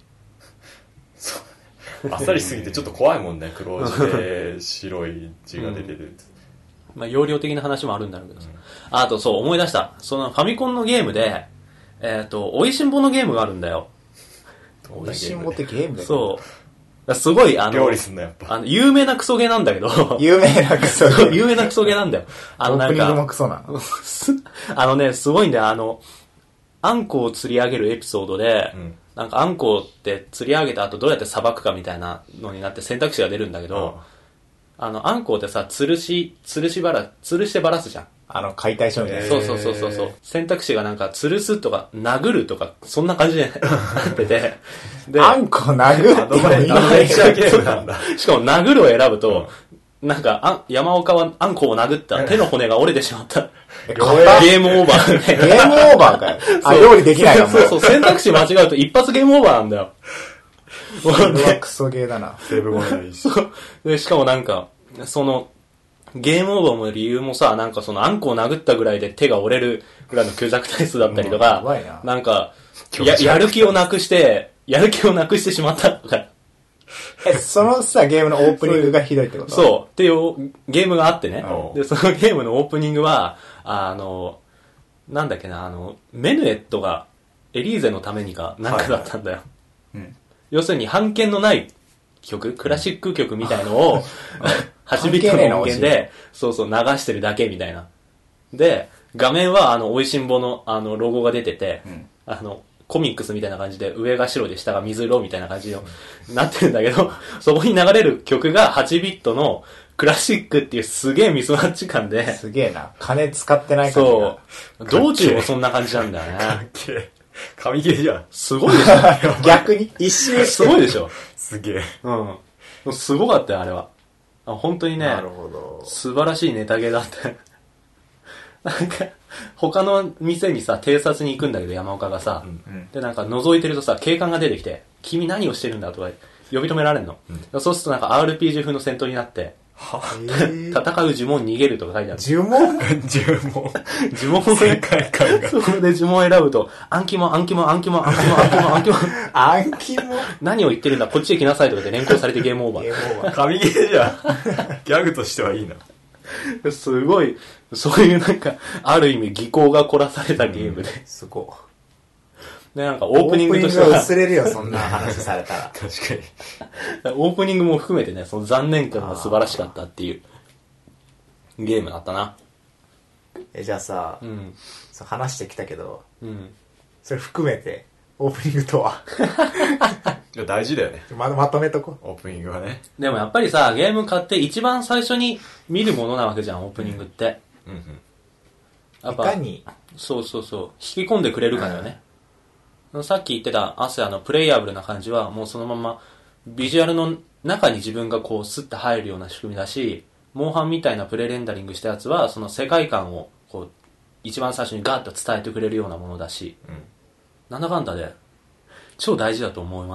あっさりしすぎてちょっと怖いもんね、黒字で白い字が出てる。 まあ、容量的な話もあるんだろうけどさ。あと、そう、思い出した。そのファミコンのゲームで、おいしんぼのゲームがあるんだよ。 おいしんぼってゲームだよ。 そう。すごい、 料理すんのやっぱ。 有名なクソゲーなんだけど。 有名なクソゲー。 有名なクソゲーなんだよ。 オープニングもクソなの。すごいんだよ。あんこを釣り上げるエピソードで、なんかあんこって釣り上げた後どうやってさばくかみたいなのになって選択肢が出るんだけど、あんこってさ、吊るしてばらすじゃん。 解体ショーみたいな。 そう。選択肢がなんか、吊るすとか、殴るとか、そんな感じでなってて。 で、あんこ殴ってもいいなんだ。しかも殴るを選ぶと、なんか、山岡はあんこを殴った手の骨が折れてしまった。ゲームオーバー。 ゲームオーバーかよ。料理できないのもそう、選択肢間違うと一発ゲームオーバーなんだよ。 これはクソゲーだな。 セーブ後のいいし。 で、しかもなんか、ゲームオーバーの理由もさ、なんかあんこを殴ったぐらいで手が折れるぐらいの虚弱体質だったりとか、なんか、やる気をなくしてしまったとか。 そのさ、ゲームのオープニングがひどいってことそう。っていうゲームがあってね。で、そのゲームのオープニングは、なんだっけな、メヌエットがエリーゼのためにかなんかだったんだよ。要するに、版権のない曲、クラシック曲みたいのを、8ビットの音源で、そう流してるだけみたいな。で、画面は、おいしんぼの、ロゴが出てて、コミックスみたいな感じで、上が白で下が水色みたいな感じになってるんだけど、そこに流れる曲が8ビットのクラシックっていうすげえミスマッチ感で。 すげえな。金使ってない感じが。 そう。道中もそんな感じなんだよね。かっけえ。神ゲーじゃん。 すごいでしょ。 逆に一周すごいでしょ。 すげえ。 うん。すごかったよ、あれは。本当にね、 なるほど。 素晴らしいネタゲーだって。なんか、他の店にさ、偵察に行くんだけど、山岡がさ、で、なんか呪いてるとさ、警官が出てきて、君何をしてるんだとか呼び止められるの。そうするとなんか RPG 風の戦闘になって、戦う呪文逃げるとか書いてある。 呪文呪文世界観が。そこで呪文を選ぶと、暗記も。何を言ってるんだ、こっちへ来なさいとかで連行されてゲームオーバー。 神ゲーじゃん。ギャグとしてはいいな。 すごい、そういうなんか、ある意味技巧が凝らされたゲームで。 すごい。で、なんかオープニングとしては。 オープニングは薄れるよ、そんな話されたら。 確かに。 オープニングも含めてね、その残念感が素晴らしかったっていうゲームだったな。 じゃあさ、話してきたけど、 うん、 それ含めて、オープニングとは大事だよね。 まとめとこう。 オープニングはね。 でもやっぱりさ、ゲーム買って一番最初に見るものなわけじゃん、オープニングって。 やっぱいかに。 そう。引き込んでくれるからよね。さっき言ってたプレイヤブルな感じは、もうそのまま、ビジュアルの中に自分がこう、スッと入るような仕組みだし、モンハンみたいなプレレンダリングしたやつは、その世界観を、こう、一番最初にガーッと伝えてくれるようなものだし、なんだかんだで、超大事だと思います。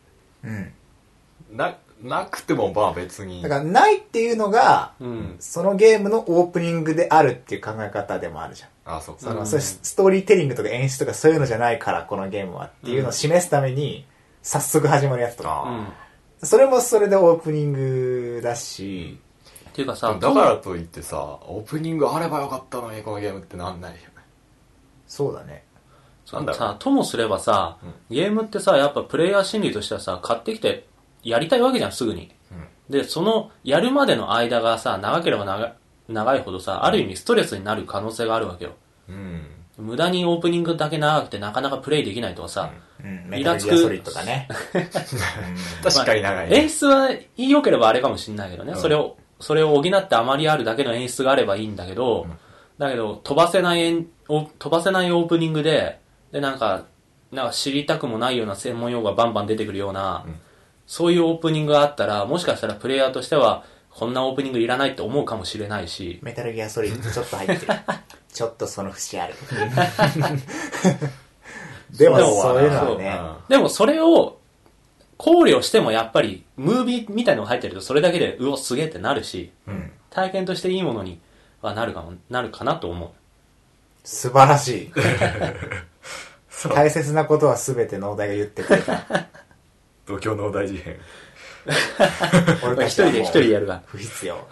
なくてもまあ別に。 だからないっていうのが、そのゲームのオープニングであるっていう考え方でもあるじゃん。 そうストーリーテリングとか演出とかそういうのじゃないからこのゲームはっていうのを示すために早速始まるやつとか。それもそれでオープニングだし。 っていうかさ、 だからといってさ、オープニングあればよかったのにこのゲームってなんないよね。 そうだね。 さ、ともすればさ、ゲームってさ、やっぱプレイヤー心理としてはさ、買ってきてやりたいわけじゃん、すぐに。で、その、やるまでの間がさ、長ければ長いほどさ、ある意味ストレスになる可能性があるわけよ。無駄にオープニングだけ長くてなかなかプレイできないとかさ、 イラつく。メタルギアソリッドとかね。 確かに長い、 演出は良ければあれかもしんないけどね、それを補ってあまりあるだけの演出があればいいんだけど、だけど、飛ばせないオープニングで、なんか知りたくもないような専門用語がバンバン出てくるような、そういうオープニングがあったら、もしかしたらプレイヤーとしては、こんなオープニングいらないって思うかもしれないし。 メタルギアソリッドちょっと入ってる。ちょっとその節ある。 でもそういうのはね。 でもそれを考慮してもやっぱりムービーみたいなのが入ってるとそれだけでうおすげえってなるし、体験としていいものにはなるかなと思う。 素晴らしい。大切なことは全て農大が言ってくれた。 度胸農大事変。 俺たちはもう一人でやるが不必要。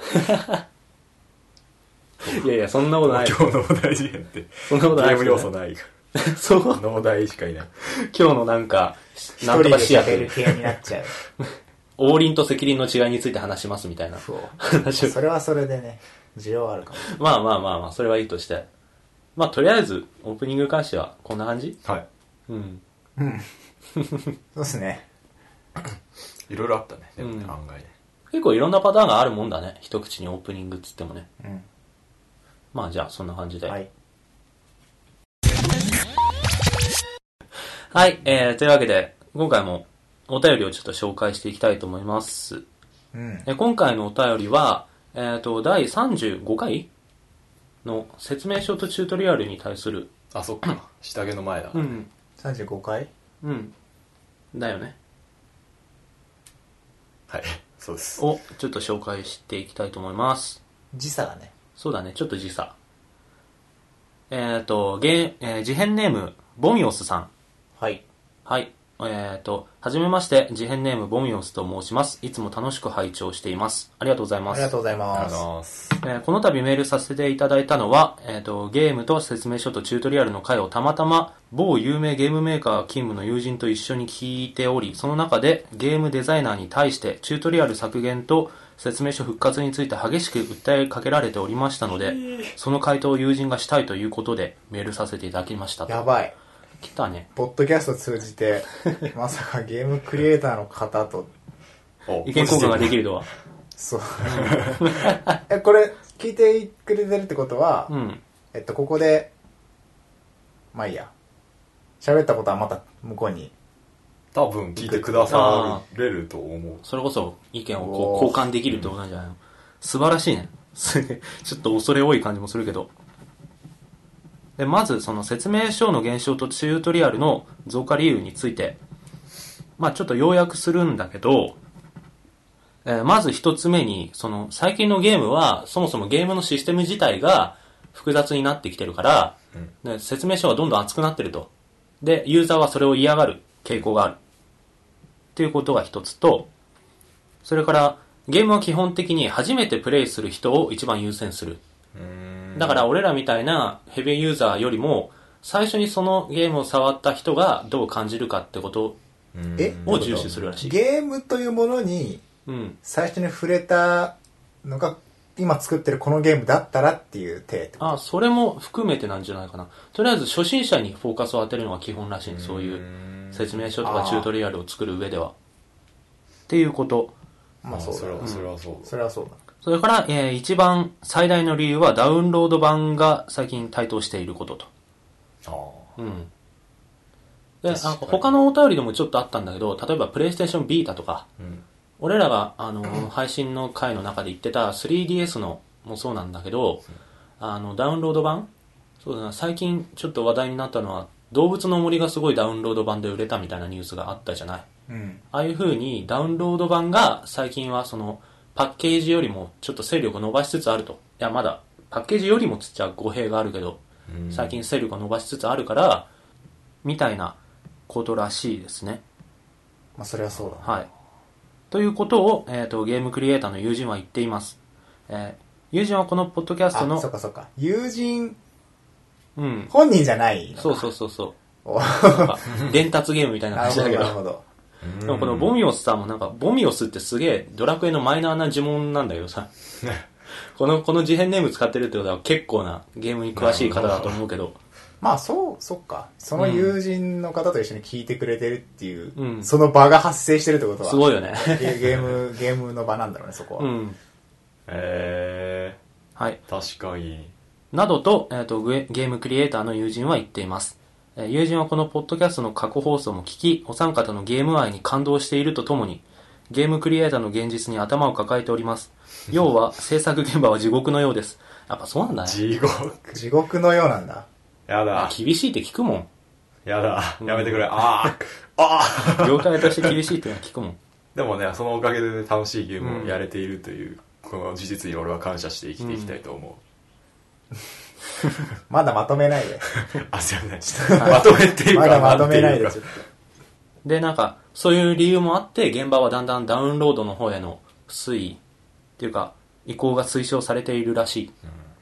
いやいや、そんなことない。 度胸農大事変って。 そんなことない。 ゲーム要素ないから。 そう。 農大しかいない。 今日のなんか、 なんとかしやってる系になっちゃう。 王林と責任の違いについて話しますみたいな。 そう。それはそれでね、需要あるかも。 まあ、それはいいとして。まあ、とりあえず、オープニングに関してはこんな感じ？ はい。 うん。そうですね。 いろいろあったね、でもね、案外ね。 結構いろんなパターンがあるもんだね。一口にオープニングっつってもね。まあ、じゃあ、そんな感じで。はい。はい、というわけで、今回もお便りをちょっと紹介していきたいと思います。今回のお便りは、第35回の説明書とチュートリアルに対する。 あ、そっか。下着の前だ。 35回？ だよね。 はい、そうです。 をちょっと紹介していきたいと思います。 時差だね。 そうだね、ちょっと時差。事変ネーム、ボミオスさん。 はい。 はい。はじめまして、事変ネームボミオスと申します。いつも楽しく拝聴しています。ありがとうございます。 ありがとうございます。 この度メールさせていただいたのは、ゲームと説明書とチュートリアルの回をたまたま某有名ゲームメーカー勤務の友人と一緒に聞いており、その中でゲームデザイナーに対してチュートリアル削減と説明書復活について激しく訴えかけられておりましたので、その回答を友人がしたいということでメールさせていただきました。 やばい。 来たね。 ポッドキャスト通じて、まさかゲームクリエイターの方と意見交換ができるとは。 そう。これ、聞いてくれてるってことは、ここで、まあいいや。喋ったことはまた向こうに。 多分聞いてくだされると思う。 それこそ意見をこう交換できるってことなんじゃないの？素晴らしいね。ちょっと恐れ多い感じもするけど。でまずその説明書の減少とチュートリアルの増加理由について、まあちょっと要約するんだけど、まず一つ目に、その最近のゲームはそもそもゲームのシステム自体が複雑になってきてるから、で説明書がどんどん厚くなってると。で、ユーザーはそれを嫌がる傾向がある。っていうことが一つと、それからゲームは基本的に初めてプレイする人を一番優先する。だから俺らみたいなヘビーユーザーよりも最初にそのゲームを触った人がどう感じるかってことを重視するらしい。 ゲームというものに最初に触れたのが今作ってるこのゲームだったらっていう体。 あ、それも含めてなんじゃないかな。とりあえず初心者にフォーカスを当てるのが基本らしい。そういう説明書とかチュートリアルを作る上ではっていうこと。 まあそうだ。それはそうだ。それはそうだ。 それから、一番最大の理由はダウンロード版が最近台頭していることと。で、他のお便りでもちょっとあったんだけど、例えばプレイステーションビータとか、俺らが、配信の回の中で言ってた 3DS のもそうなんだけど、ダウンロード版、そうだな、最近ちょっと話題になったのは、動物の森がすごいダウンロード版で売れたみたいなニュースがあったじゃない。ああいう風にダウンロード版が最近はそのパッケージよりもちょっと勢力を伸ばしつつあると。いや、まだパッケージよりもつっちゃ語弊があるけど、最近勢力を伸ばしつつあるから、みたいなことらしいですね。 まあそれはそうだ、ね。 はい。ということを、ゲームクリエイターの友人は言っています。友人はこのポッドキャストの。 そうかそうか。友人、本人じゃないのか。 そう。伝達ゲームみたいな感じだけど。 なるほど。 でもこのボミオスさんもなんか、ボミオスってすげえドラクエのマイナーな呪文なんだけどさ。この事変ネーム使ってるってことは結構なゲームに詳しい方だと思うけど。 まあそっか。その友人の方と一緒に聞いてくれてるっていう、その場が発生してるってことは。 すごいよね。 ゲームの場なんだろうね、そこは。 はい。 確かに。 などと、ゲームクリエイターの友人は言っています。友人はこのポッドキャストの過去放送も聞き、お三方のゲーム愛に感動しているとともに、ゲームクリエイターの現実に頭を抱えております。要は、制作現場は地獄のようです。やっぱそうなんだね。 地獄のようなんだ。 やだ。 厳しいって聞くもん。 やだ、やめてくれ。ああ業界として厳しいっていうのは聞くもん。 でもね、そのおかげで楽しいゲームをやれているという、この事実に俺は感謝して生きていきたいと思う。 まだまとめないで。 あ、すいません。まとめているかまだまとめないで、ちょっと。 で、なんか、そういう理由もあって、現場はだんだんダウンロードの方への推移っていうか、移行が推奨されているらしい。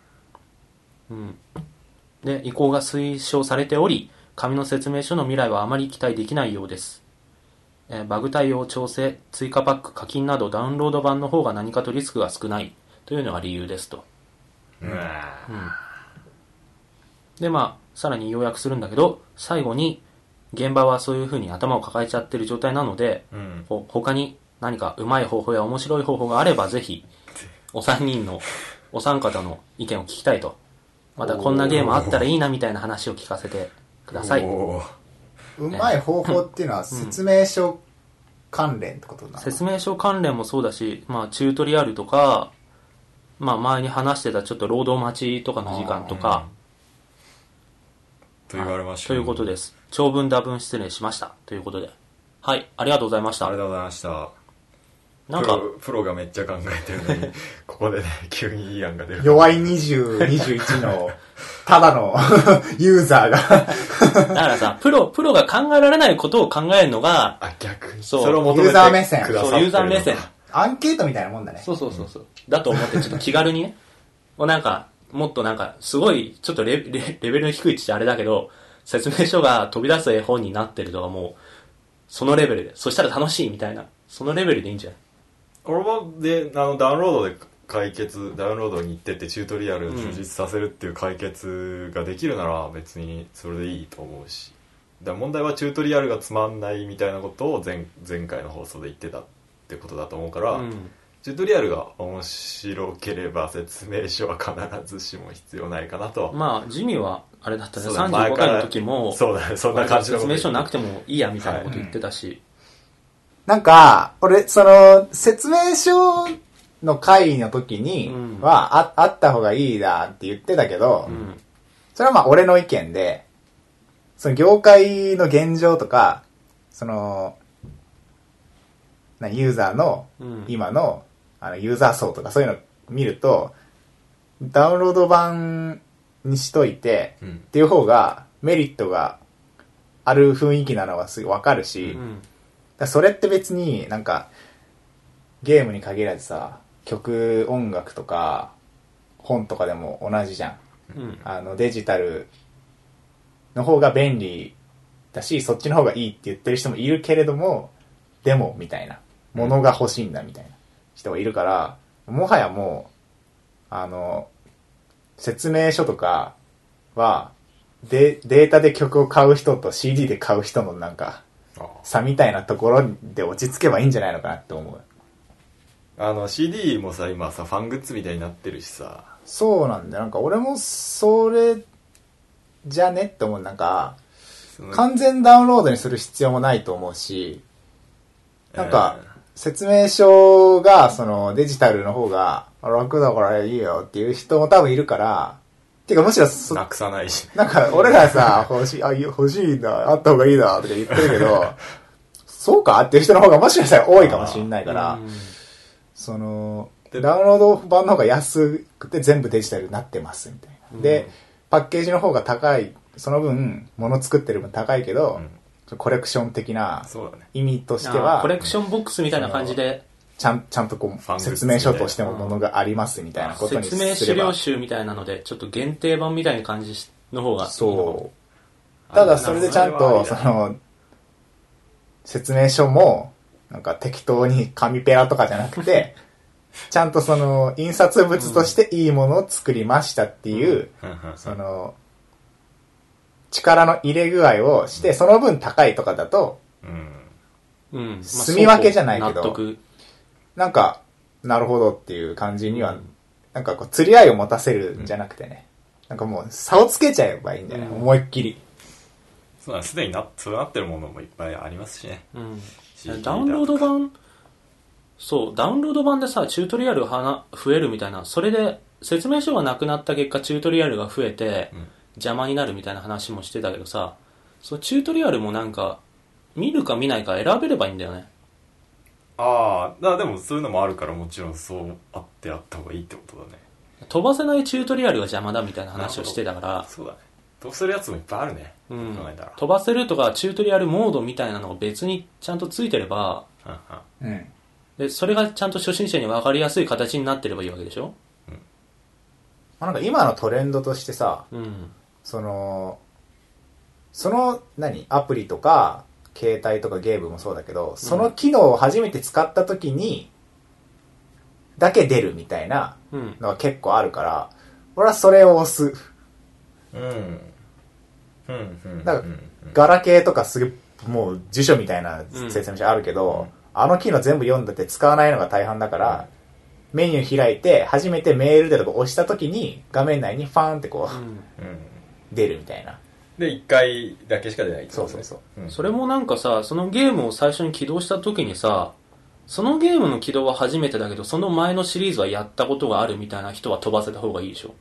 で、移行が推奨されており、紙の説明書の未来はあまり期待できないようです。バグ対応調整、追加パック、課金などダウンロード版の方が何かとリスクが少ないというのが理由ですと。で、まあ、さらに要約するんだけど、最後に、現場はそういう風に頭を抱えちゃってる状態なので、他に何かうまい方法や面白い方法があればぜひ、お三方の意見を聞きたいと。またこんなゲームあったらいいなみたいな話を聞かせてください。 うまい方法っていうのは説明書関連ってことなの？ 説明書関連もそうだし、まあチュートリアルとか、まあ前に話してたちょっと労働待ちとかの時間とか、 と言われました。 ということです。長文多文失礼しました。ということで。はい、ありがとうございました。 ありがとうございました。 なんかプロがめっちゃ考えてるのに、ここでね、急にいい案が出る。 弱い20、21の、ただのユーザーが。 だからさ、プロが考えられないことを考えるのが、 逆に。 そう。 それを求めてユーザー目線。 くださってるの。 そう、ユーザー目線。 アンケートみたいなもんだね。 そう。だと思って、ちょっと気軽にね、なんか、もっとなんか、すごい、ちょっとレベルの低いってあれだけど、説明書が飛び出す絵本になってるとかもう、そのレベルで、そしたら楽しいみたいな、そのレベルでいいんじゃない？ 俺もダウンロードでダウンロードに行ってってチュートリアルを充実させるっていう解決ができるなら別にそれでいいと思うし、だから問題はチュートリアルがつまんないみたいなことを前回の放送で言ってたってことだと思うから、チュートリアルが面白ければ説明書は必ずしも必要ないかなと。 まあジミーはあれだったね、35回の時もそうだね、そんな感じの説明書なくてもいいやみたいなこと言ってたし、 なんか、俺、その、説明書の回の時には、あった方がいいだって言ってたけど、それはまあ俺の意見で、その業界の現状とか、その、ユーザーの、今の、ユーザー層とかそういうの見ると、ダウンロード版にしといて、っていう方がメリットがある雰囲気なのがすぐわかるし、それって別になんかゲームに限らずさ、曲、音楽とか本とかでも同じじゃん。デジタルの方が便利だし、そっちの方がいいって言ってる人もいるけれども、でもみたいな、物が欲しいんだみたいな人がいるから、もはやもう説明書とかはデータで曲を買う人と CD で買う人のなんか差みたいなところで落ち着けばいいんじゃないのかなって思う。 CD もさ、今さ、ファングッズみたいになってるしさ。 そうなんだよ。なんか俺もそれじゃねって思う。なんか、完全ダウンロードにする必要もないと思うし、なんか、説明書が、そのデジタルの方が楽だからいいよっていう人も多分いるから、てかむしろなくさないし。 なんか俺らさ、欲しいんだ、あった方がいいだとか言ってるけど、そうかっていう人の方がもしかしたら多いかもしれないから、その、ダウンロード版の方が安くて全部デジタルになってますみたいな。で、パッケージの方が高い、その分、物作ってる分高いけど、コレクション的な意味としては、 コレクションボックスみたいな感じで、 ちゃんとこう説明書としてもものがありますみたいなことにすれば、 説明資料集みたいなのでちょっと限定版みたいな感じの方がいいのかも。 そう。ただそれでちゃんとその説明書もなんか適当に紙ペラとかじゃなくてちゃんとその印刷物としていいものを作りましたっていうその力の入れ具合をしてその分高いとかだと住み分けじゃないけどなんか、なるほどっていう感じには、なんかこう、釣り合いを持たせるんじゃなくてね、なんかもう、差をつけちゃえばいいんじゃない、思いっきり。 そうだ、すでにそうなってるものもいっぱいありますしね。 ダウンロード版、そう、ダウンロード版でさ、チュートリアルが増えるみたいな、それで、説明書がなくなった結果、チュートリアルが増えて、邪魔になるみたいな話もしてたけどさ、 そう、チュートリアルもなんか、見るか見ないか選べればいいんだよね。 ああ、でもそういうのもあるからもちろんそうあってやった方がいいってことだね。 飛ばせないチュートリアルが邪魔だみたいな話をしてたから。 そうだね。どうするやつもいっぱいあるね。 うん。飛ばせるとかチュートリアルモードみたいなのが別にちゃんとついてれば、 うん。 で、それがちゃんと初心者に分かりやすい形になってればいいわけでしょ？うん。 なんか今のトレンドとしてさ、 うん。 アプリとか、携帯とかゲームもそうだけど、その機能を初めて使った時に、だけ出るみたいなのが結構あるから、俺はそれを押す。 うん。 だから、ガラケーとかすげえ、もう辞書みたいな説明書あるけど、あの機能全部読んだって使わないのが大半だから、メニュー開いて、初めてメールでとか押した時に、画面内にファーンってこう、出るみたいな。 で、1回だけしか出ないってことね。 そう。 それもなんかさ、そのゲームを最初に起動した時にさ、そのゲームの起動は初めてだけど、その前のシリーズはやったことがあるみたいな人は飛ばせた方がいいでしょ？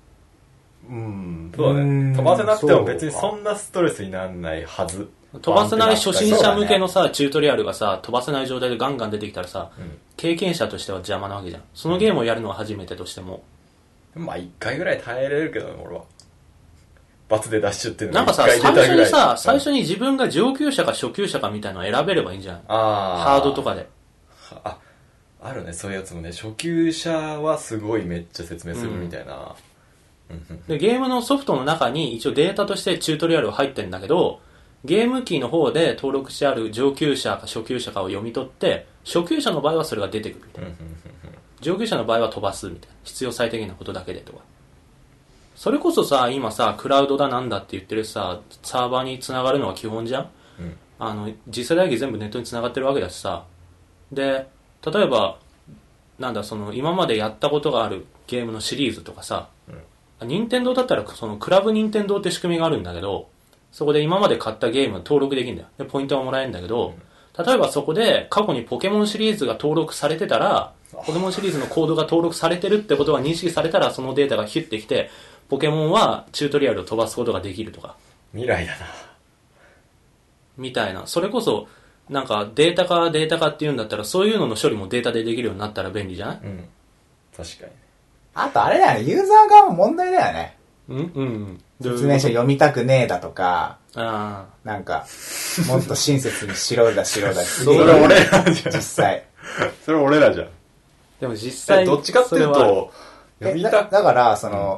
そうだね。飛ばせなくても別にそんなストレスにならないはず。 飛ばせない初心者向けのさ、チュートリアルがさ、飛ばせない状態でガンガン出てきたらさ、経験者としては邪魔なわけじゃん。そのゲームをやるのは初めてとしても。 まあ1回ぐらい耐えれるけどね、俺は。罰でダッシュっていうのが最初に自分が上級者か初級者かみたいなのを選べればいいんじゃん。ハードとかで。 あるね、そういうやつもね。初級者はすごいめっちゃ説明するみたいな。 で、ゲームのソフトの中に一応データとしてチュートリアルが入ってるんだけど、ゲームキーの方で登録してある上級者か初級者かを読み取って、初級者の場合はそれが出てくるみたいな。上級者の場合は飛ばすみたいな。必要最低限なことだけでとか。それこそさ、今さ、クラウドだなんだって言ってるさ、サーバーに繋がるのが基本じゃん？次世代機全部ネットに繋がってるわけだしさ。で、例えば、今までやったことがあるゲームのシリーズとかさ、任天堂だったら、クラブ任天堂って仕組みがあるんだけど、そこで今まで買ったゲーム登録できるんだよ。で、ポイントがもらえるんだけど、例えばそこで過去にポケモンシリーズが登録されてたら、ポケモンシリーズのコードが登録されてるってことが認識されたら、そのデータがヒュッてきて、ポケモンはチュートリアルを飛ばすことができるとか。 未来だな。 みたいな。それこそ、なんかデータ化って言うんだったら、そういうのの処理もデータでできるようになったら便利じゃない？ 確かに。 あとあれだよね、ユーザー側も問題だよね。説明書読みたくねえだとか、なんか、もっと親切にしろだ。 それ俺らじゃん。 実際。 それ俺らじゃん。 でも実際、 どっちかっていうと、 だから、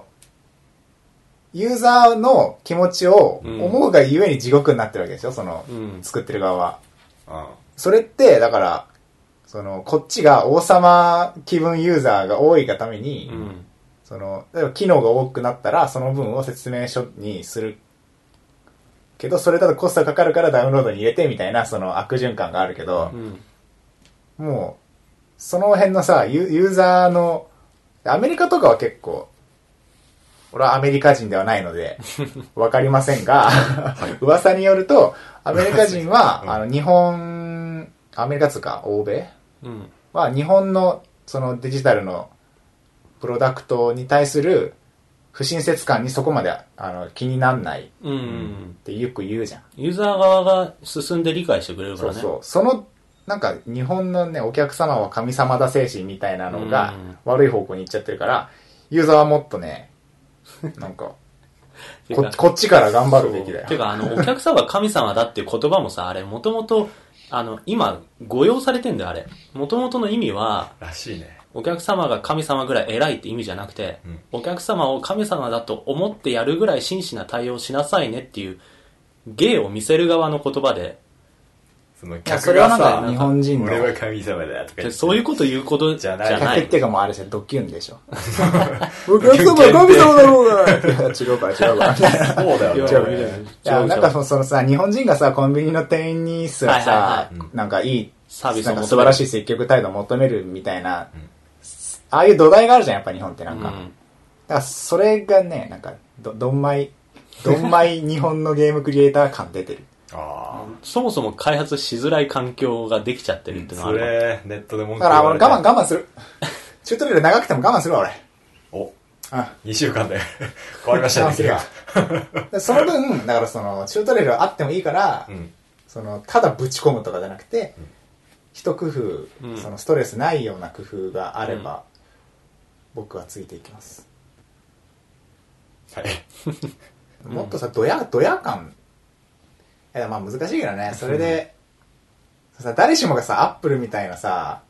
ユーザーの気持ちを思うがゆえに地獄になってるわけでしょ、作ってる側は。それって、だから、こっちが王様気分ユーザーが多いがために、例えば機能が多くなったら、その分を説明書にする。けど、それだとコストかかるからダウンロードに入れてみたいな、悪循環があるけど、もう、その辺のさ、ユーザーの、アメリカとかは結構、俺はアメリカ人ではないので、わかりませんが、噂によると、アメリカ人は、アメリカつうか、欧米は、日本の、デジタルのプロダクトに対する不親切感にそこまで、気になんないってよく言うじゃん。 ユーザー側が進んで理解してくれるからね。 なんか、日本のね、お客様は神様だ精神みたいなのが、悪い方向に行っちゃってるから、ユーザーはもっとね、なんかこっちから頑張るべきだよ。 てか、お客様は神様だっていう言葉もさ、あれ、もともと、今、誤用されてんだよ、あれ。もともとの意味は、 らしいね。 お客様が神様ぐらい偉いって意味じゃなくて、お客様を神様だと思ってやるぐらい真摯な対応しなさいねっていう、芸を見せる側の言葉で、 その客がさ、 日本人の俺は神様だとか言って、 そういうこと言うことじゃない。 客っていうかもうあれじゃドキュンでしょ。お客様は神様だろうが違うから。そうだよね。いや、なんかそのさ、日本人がさ、コンビニの店員にすらさ、なんかいい、 サービスなんか素晴らしい接客態度を求めるみたいな、ああいう土台があるじゃん、やっぱ日本ってなんか。だからそれがね、なんか、どんまい日本のゲームクリエイター感出てる。 そもそも開発しづらい環境ができちゃってるっていうのはある。 それ、ネットで文句言われて。だから俺我慢する。チュートリアル長くても我慢するわ、俺。 2週間で変わりましたね。 その分、だからチュートリアルあってもいいから、ただぶち込むとかじゃなくて、一工夫、ストレスないような工夫があれば、僕はついていきます。 はい。 もっとさ、ドヤ感、まあ難しいけどね、それで、誰しもがさ、アップルみたいなさ、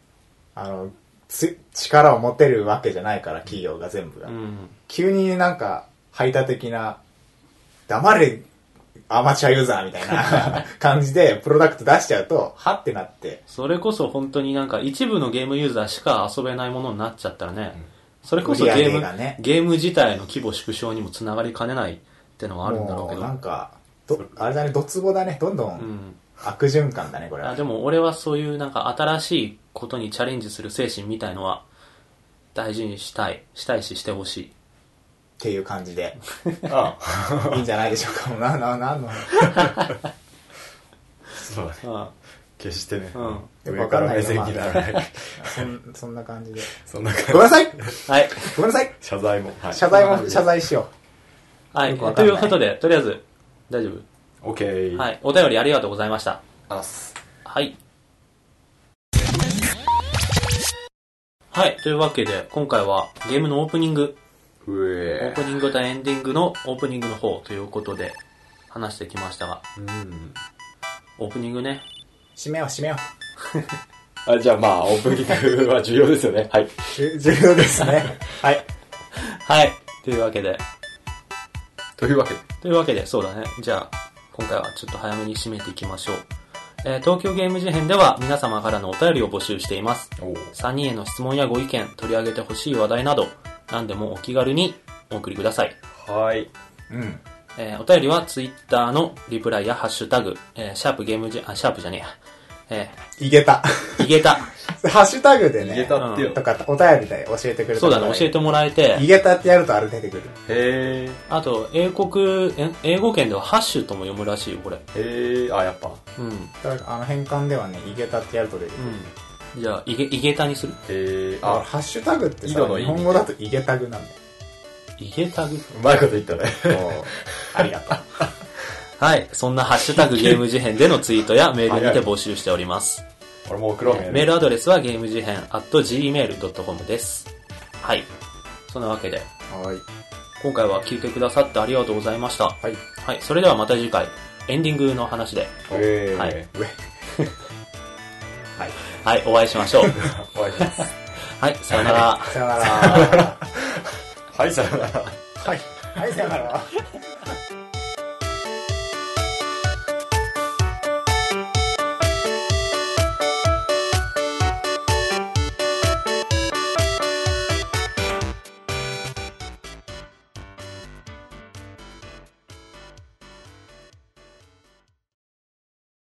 力を持てるわけじゃないから、企業が全部が。急になんか、排他的な、黙れ、アマチュアユーザーみたいな感じで、プロダクト出しちゃうと、はってなって。 それこそ本当になんか、一部のゲームユーザーしか遊べないものになっちゃったらね、それこそゲーム自体の規模縮小にもつながりかねないってのはあるんだろうけど。 なんか、あれだね、ドツボだね、どんどん、悪循環だね、これは。 でも俺はそういうなんか新しいことにチャレンジする精神みたいのは大事にしたいししてほしい。 っていう感じで。いいんじゃないでしょうか。なんのそうだね。決してね。 上から目線にならない。そんな感じで。ごめんなさいはい。 ごめんなさい謝罪も。 謝罪しよう。はい。ということで、とりあえず、大丈夫 ？OK。 はい。お便りありがとうございました。はい。はい。というわけで、今回はゲームのオープニングとエンディングのオープニングの方ということで話してきましたが、オープニングね。 締めよう。じゃあまあ、オープニングは重要ですよね。はい。 重要ですね。はい。 はい。というわけで、そうだね。じゃあ、今回はちょっと早めに締めていきましょう。東京ゲーム事変では皆様からのお便りを募集しています。3人への質問やご意見、取り上げてほしい話題など、何でもお気軽にお送りください。 はい。 お便りはツイッターのリプライやハッシュタグ、シャープじゃねえや。 いげた。ハッシュタグでね、とかお便りで教えてくれた。 そうだね、教えてもらえて。 いげたってやるとあれ出てくる。 へー。 あと、英語圏ではハッシュとも読むらしいよ、これ。 へー、やっぱ。 だから変換ではね、いげたってやると出てくる。 じゃあ、いげたにする？ へー。ハッシュタグってさ、日本語だといげタグなんだよ。 いげタグ？ うまいこと言ったね。 ありがとう。 はい。そんなハッシュタグゲーム事変でのツイートやメールにて募集しております。 俺も送ろうね。 メールアドレスはゲーム事変@gmail.com です。はい。そんなわけで。 はい。 今回は聞いてくださってありがとうございました。 はい。 はい。それではまた次回、エンディングの話で。はい。はい。はい。お会いしましょう。 お会いします。 はい。さよなら。 さよなら。 はい、さよなら。 はい。はい、さよなら。